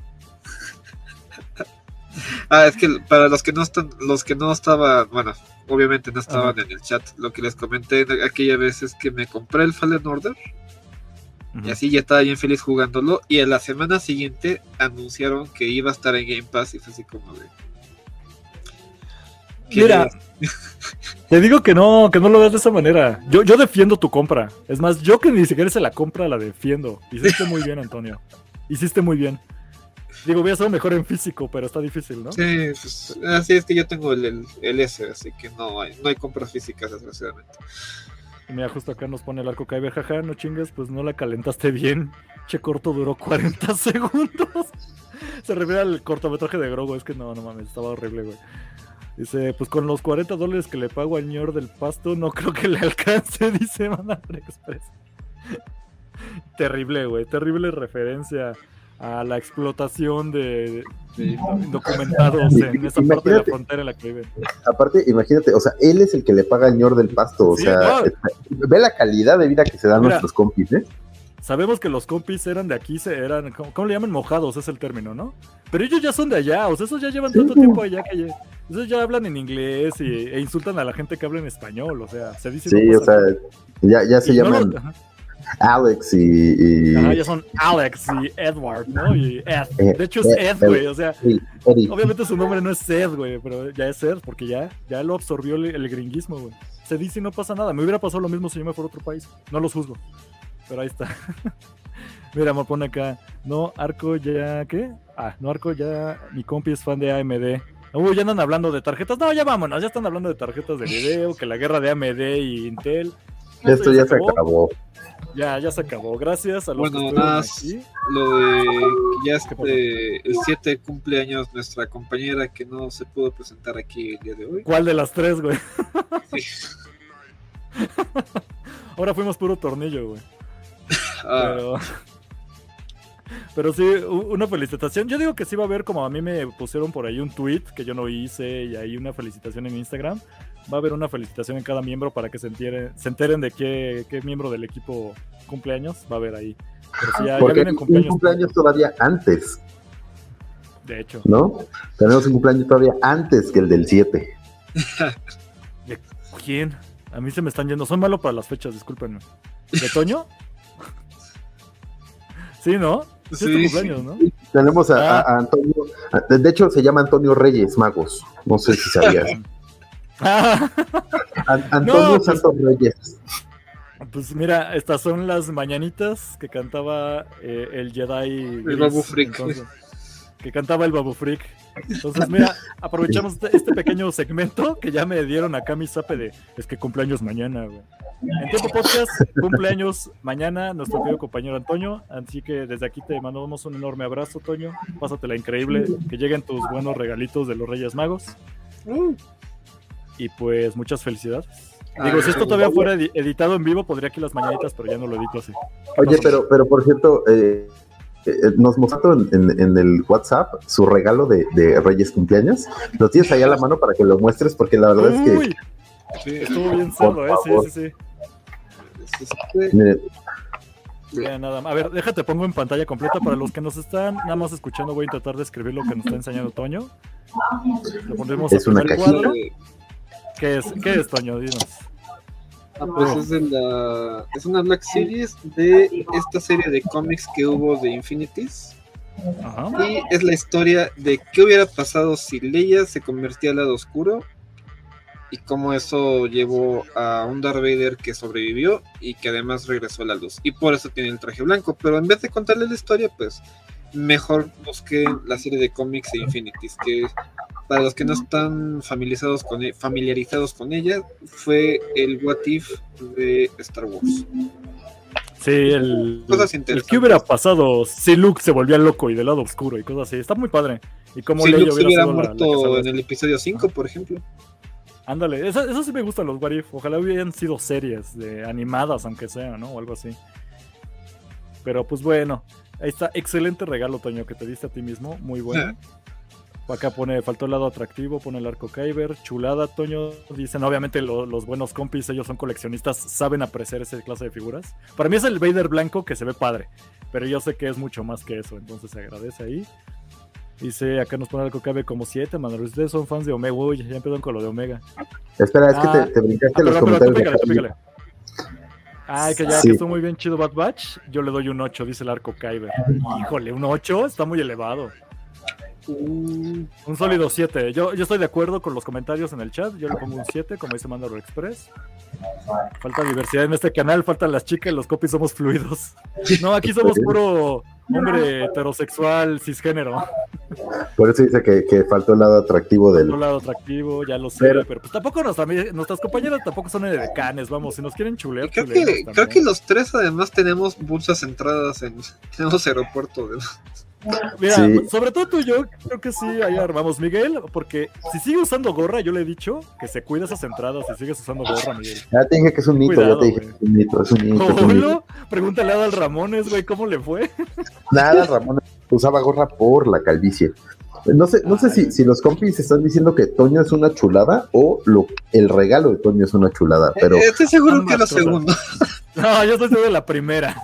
Es que para los que no estaban, bueno, obviamente no estaban en el chat, lo que les comenté aquella vez es que me compré el Fallen Order y así ya estaba bien feliz jugándolo, y en la semana siguiente anunciaron que iba a estar en Game Pass y fue así como de... Mira, te digo que no lo veas de esa manera. Yo defiendo tu compra. Es más, yo que ni siquiera hice la compra la defiendo. Hiciste muy bien, Antonio. Hiciste muy bien. Digo, hubiera sido mejor en físico, pero está difícil, ¿no? Sí, pues, así es que yo tengo el S, así que no hay compras físicas, desgraciadamente. Mira, justo acá nos pone el arco Kyber, jaja, no chingues, pues no la calentaste bien. Che corto duró 40 segundos. Se refiere al cortometraje de Grogu, es que no mames, estaba horrible, güey. Dice, pues con los $40 que le pago al ñor del pasto, no creo que le alcance, dice Mandar Express. Terrible, güey, terrible referencia a la explotación de indocumentados en esa parte de la frontera en la que viven. Aparte, imagínate, o sea, él es el que le paga al ñor del pasto, o sea, no. Ve la calidad de vida que se dan nuestros compis, ¿eh? Sabemos que los compis eran de aquí, eran, ¿cómo le llaman? Mojados, es el término, ¿no? Pero ellos ya son de allá, o sea, esos ya llevan tanto tiempo allá que esos ya hablan en inglés e insultan a la gente que habla en español, o sea, se dice... Sí, o sea, ya se llaman... Alex y... ya son Alex y Edward, ¿no? Y Ed. De hecho es Ed, güey, o sea, obviamente su nombre no es Ed, güey, pero ya es Ed, porque ya lo absorbió el gringuismo, güey. Se dice y no pasa nada. Me hubiera pasado lo mismo si yo me fuera a otro país. No los juzgo, pero ahí está. Mira, me pone acá, no, Arco ya, ¿qué? No, Arco ya, mi compi es fan de AMD. Ya andan hablando de tarjetas. No, ya vámonos, ya están hablando de tarjetas de video, que la guerra de AMD y Intel. Esto ya se acabó. Ya se acabó. Gracias a los que estuvieron aquí. Lo de que ya el 7 cumpleaños nuestra compañera que no se pudo presentar aquí el día de hoy. ¿Cuál de las tres, güey? Sí. Ahora fuimos puro tornillo, güey. Pero sí, una felicitación. Yo digo que sí va a haber, como a mí me pusieron por ahí un tweet que yo no hice y ahí una felicitación en Instagram. Va a haber una felicitación en cada miembro para que se enteren de qué miembro del equipo cumpleaños va a haber ahí. Pero sí, ya vienen cumpleaños todavía antes. De hecho. ¿No? Tenemos un cumpleaños todavía antes que el del 7. ¿De quién? A mí se me están yendo. Soy malo para las fechas, discúlpenme. ¿De Toño? Sí, ¿no? Sí, es tu cumpleaños, ¿no? Tenemos a Antonio. De hecho, se llama Antonio Reyes Magos. No sé si sabías. Antonio Santos Reyes. Pues mira, estas son las mañanitas que cantaba el Jedi. El Babu Freak. Que cantaba el Babu Freak. Entonces, mira, aprovechamos este pequeño segmento que ya me dieron acá mi zape de es que cumpleaños mañana, güey. En Tiempo Podcast, cumpleaños mañana nuestro querido compañero Antonio, así que desde aquí te mandamos un enorme abrazo, Toño. Pásatela increíble, que lleguen tus buenos regalitos de los Reyes Magos. Y pues muchas felicidades. Digo, si esto todavía fuera editado en vivo, podría aquí las mañanitas, pero ya no lo edito así. Oye, pero por cierto, nos mostró en el WhatsApp su regalo de Reyes cumpleaños. Lo tienes ahí a la mano para que lo muestres, porque la verdad es que... Sí, estuvo bien cerdo, sí. Ya, nada más. A ver, déjate, pongo en pantalla completa para los que nos están nada más escuchando. Voy a intentar describir lo que nos está enseñando Toño. Lo pondremos es una cajita. ¿Qué es, Toño? Dinos. Pues es una Black Series de esta serie de cómics que hubo de Infinities. Ajá. Y es la historia de qué hubiera pasado si Leia se convertía al lado oscuro y cómo eso llevó a un Darth Vader que sobrevivió y que además regresó a la luz, y por eso tiene el traje blanco. Pero en vez de contarle la historia, pues mejor busquen la serie de cómics de Infinities, que para los que no están familiarizados con ella, fue el What If de Star Wars. Sí, el que hubiera pasado si Luke se volvía loco y del lado oscuro y cosas así. Está muy padre. Y como si Luke se hubiera muerto en el episodio 5, por ejemplo. Ándale, eso sí me gustan los What If. Ojalá hubieran sido series animadas, aunque sea, ¿no? O algo así. Pero pues bueno, ahí está. Excelente regalo, Toño, que te diste a ti mismo. Muy bueno. Acá faltó el lado atractivo, pone el arco Kyber, chulada, Toño. Dicen, obviamente los buenos compis, ellos son coleccionistas, saben apreciar esa clase de figuras. Para mí es el Vader blanco que se ve padre, pero yo sé que es mucho más que eso, entonces se agradece ahí. Dice, acá nos pone el arco Kyber como 7, Manuel, ustedes son fans de Omega. Uy, ya empezaron con lo de Omega. Espera, es que te brincaste los comentarios. Pícale. Ay, que ya que estuvo muy bien chido Bad Batch, yo le doy un 8, dice el arco Kyber. Híjole, un 8 está muy elevado. Un sólido 7. Yo estoy de acuerdo con los comentarios en el chat. Yo le pongo un 7, como dice Mandalore Express. Falta diversidad en este canal, faltan las chicas y los copies somos fluidos. No, aquí somos puro hombre heterosexual, cisgénero. Por eso dice que faltó el lado atractivo del... Un lado atractivo, ya lo sé, pero pues tampoco nuestras compañeras tampoco son edecanes, vamos, si nos quieren chulear. Creo que los tres además tenemos muchas entradas tenemos aeropuerto de... Mira, sobre todo tú y yo, creo que sí, ahí armamos, Miguel, porque si sigue usando gorra, yo le he dicho que se cuida esas entradas si sigues usando gorra, Miguel. Ya te dije que es un mito, Cuidado, ya te dije que es un mito, es un mito. Pregúntale a Adal Ramones, güey, ¿cómo le fue? Nada, Ramón usaba gorra por la calvicie. No sé si los compis están diciendo que Toño es una chulada o el regalo de Toño es una chulada, pero... Estoy seguro que lo segundo. No, yo estoy seguro de la primera.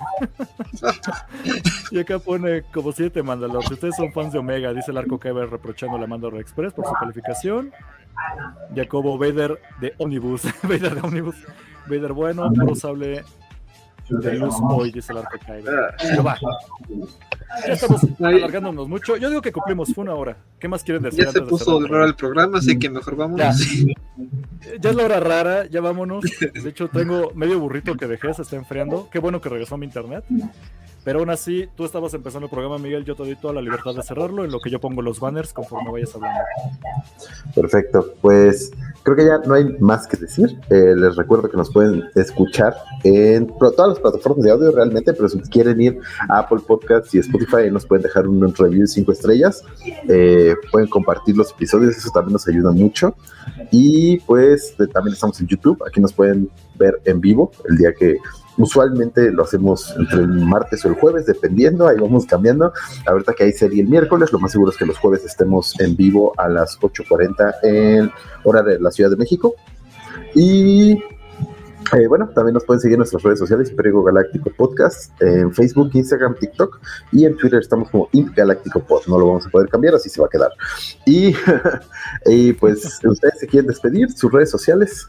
Y acá pone como 7 Mandalor. Si ustedes son fans de Omega, dice el arco Kyber reprochando a la Mandalore Express por su calificación. Jacobo Vader de Omnibus. Vader bueno, puro sable de luz hoy, dice el arco Kyber. Pero va. Ya estamos alargándonos mucho. Yo digo que cumplimos, fue 1 hora. ¿Qué más quieren decir? Ya se puso raro el programa, así que mejor vámonos. Ya es la hora rara, ya vámonos. De hecho, tengo medio burrito que dejé, se está enfriando. Qué bueno que regresó a mi internet. Pero aún así, tú estabas empezando el programa, Miguel. Yo te doy toda la libertad de cerrarlo, en lo que yo pongo los banners conforme vayas hablando. Perfecto, pues creo que ya no hay más que decir. Les recuerdo que nos pueden escuchar en todas las plataformas de audio realmente, pero si quieren ir a Apple Podcasts y Spotify, nos pueden dejar un review de 5 estrellas. Pueden compartir los episodios, eso también nos ayuda mucho. Y pues también estamos en YouTube, aquí nos pueden ver en vivo el día que usualmente lo hacemos entre el martes o el jueves, dependiendo, ahí vamos cambiando. Ahorita que hay serie el miércoles, lo más seguro es que los jueves estemos en vivo a las 8:40 en hora de la Ciudad de México. Y bueno, también nos pueden seguir en nuestras redes sociales, Imperio Galáctico Podcast, en Facebook, Instagram, TikTok, y en Twitter estamos como Imp Galáctico Pod. No lo vamos a poder cambiar, así se va a quedar. Y pues, ¿ustedes se quieren despedir? ¿Sus redes sociales?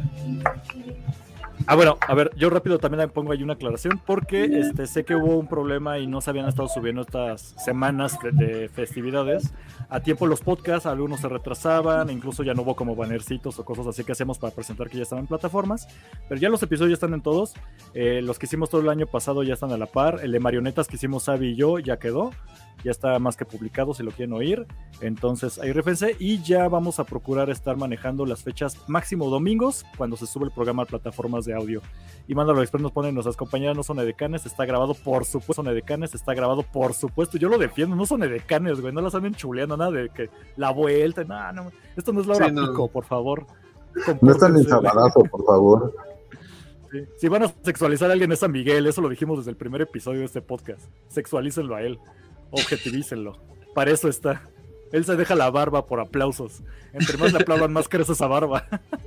Bueno, a ver, yo rápido también pongo ahí una aclaración porque sé que hubo un problema y no se habían estado subiendo estas semanas de festividades a tiempo los podcasts, algunos se retrasaban, incluso ya no hubo como bannercitos o cosas así que hacemos para presentar que ya estaban en plataformas, pero ya los episodios están en todos, los que hicimos todo el año pasado ya están a la par, el de marionetas que hicimos Abby y yo ya quedó, ya está más que publicado si lo quieren oír, entonces ahí réfense y ya vamos a procurar estar manejando las fechas máximo domingos cuando se sube el programa a plataformas de audio. Y Mandalore Express nos pone, nuestras compañeras no son edecanes, está grabado por supuesto, yo lo defiendo, no son edecanes, güey, no las anden chuleando, nada de que la vuelta, no, esto no es la hora pico, por favor. No están en sabadazo, por favor. Sí. Si van a sexualizar a alguien es a Miguel, eso lo dijimos desde el primer episodio de este podcast, sexualícenlo a él, objetivícenlo, para eso está. Él se deja la barba por aplausos, entre más le aplaudan más crece esa barba.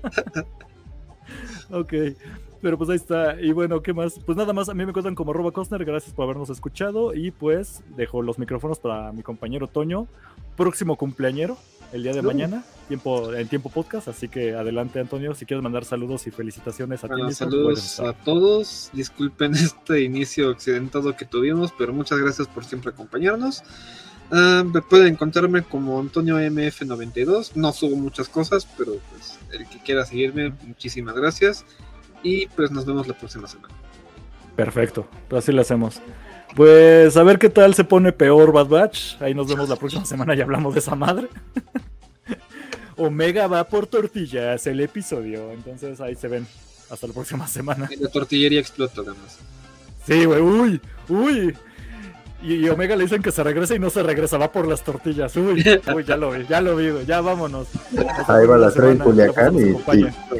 Ok, pero pues ahí está. Y bueno, ¿qué más? Pues nada más, a mí me cuentan como @Costner. Gracias por habernos escuchado. Y pues dejo los micrófonos para mi compañero Toño, próximo cumpleañero, el día de mañana, en tiempo podcast. Así que adelante, Antonio, si quieres mandar saludos y felicitaciones a ti mismo. Saludos a todos. Disculpen este inicio accidentado que tuvimos, pero muchas gracias por siempre acompañarnos. Pueden encontrarme como Antonio MF92. No subo muchas cosas, pero pues el que quiera seguirme, muchísimas gracias. Y pues nos vemos la próxima semana. Perfecto, pues así lo hacemos. Pues a ver qué tal se pone peor Bad Batch. Ahí nos vemos la próxima semana y hablamos de esa madre. Omega va por tortillas el episodio. Entonces ahí se ven. Hasta la próxima semana. Y la tortillería explota además. Sí, güey, uy. Y Omega le dicen que se regresa y no se regresa, va por las tortillas. Uy, ya lo vi, güey, ya vámonos. Ahí va la tren Culiacán y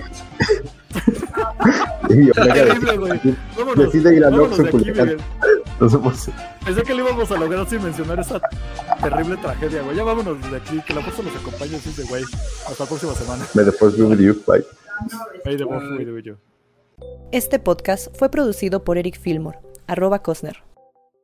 Omega decide ir al Oxxo en Culiacán. Nos vemos. Pensé que lo íbamos a lograr sin mencionar esa terrible tragedia, güey. Ya vámonos de aquí, que la fuerza nos acompañe, así de güey. Hasta la próxima semana. May the force be with you. Bye. May the force be with you. Este podcast fue producido por Eric Fillmore, @Cosner.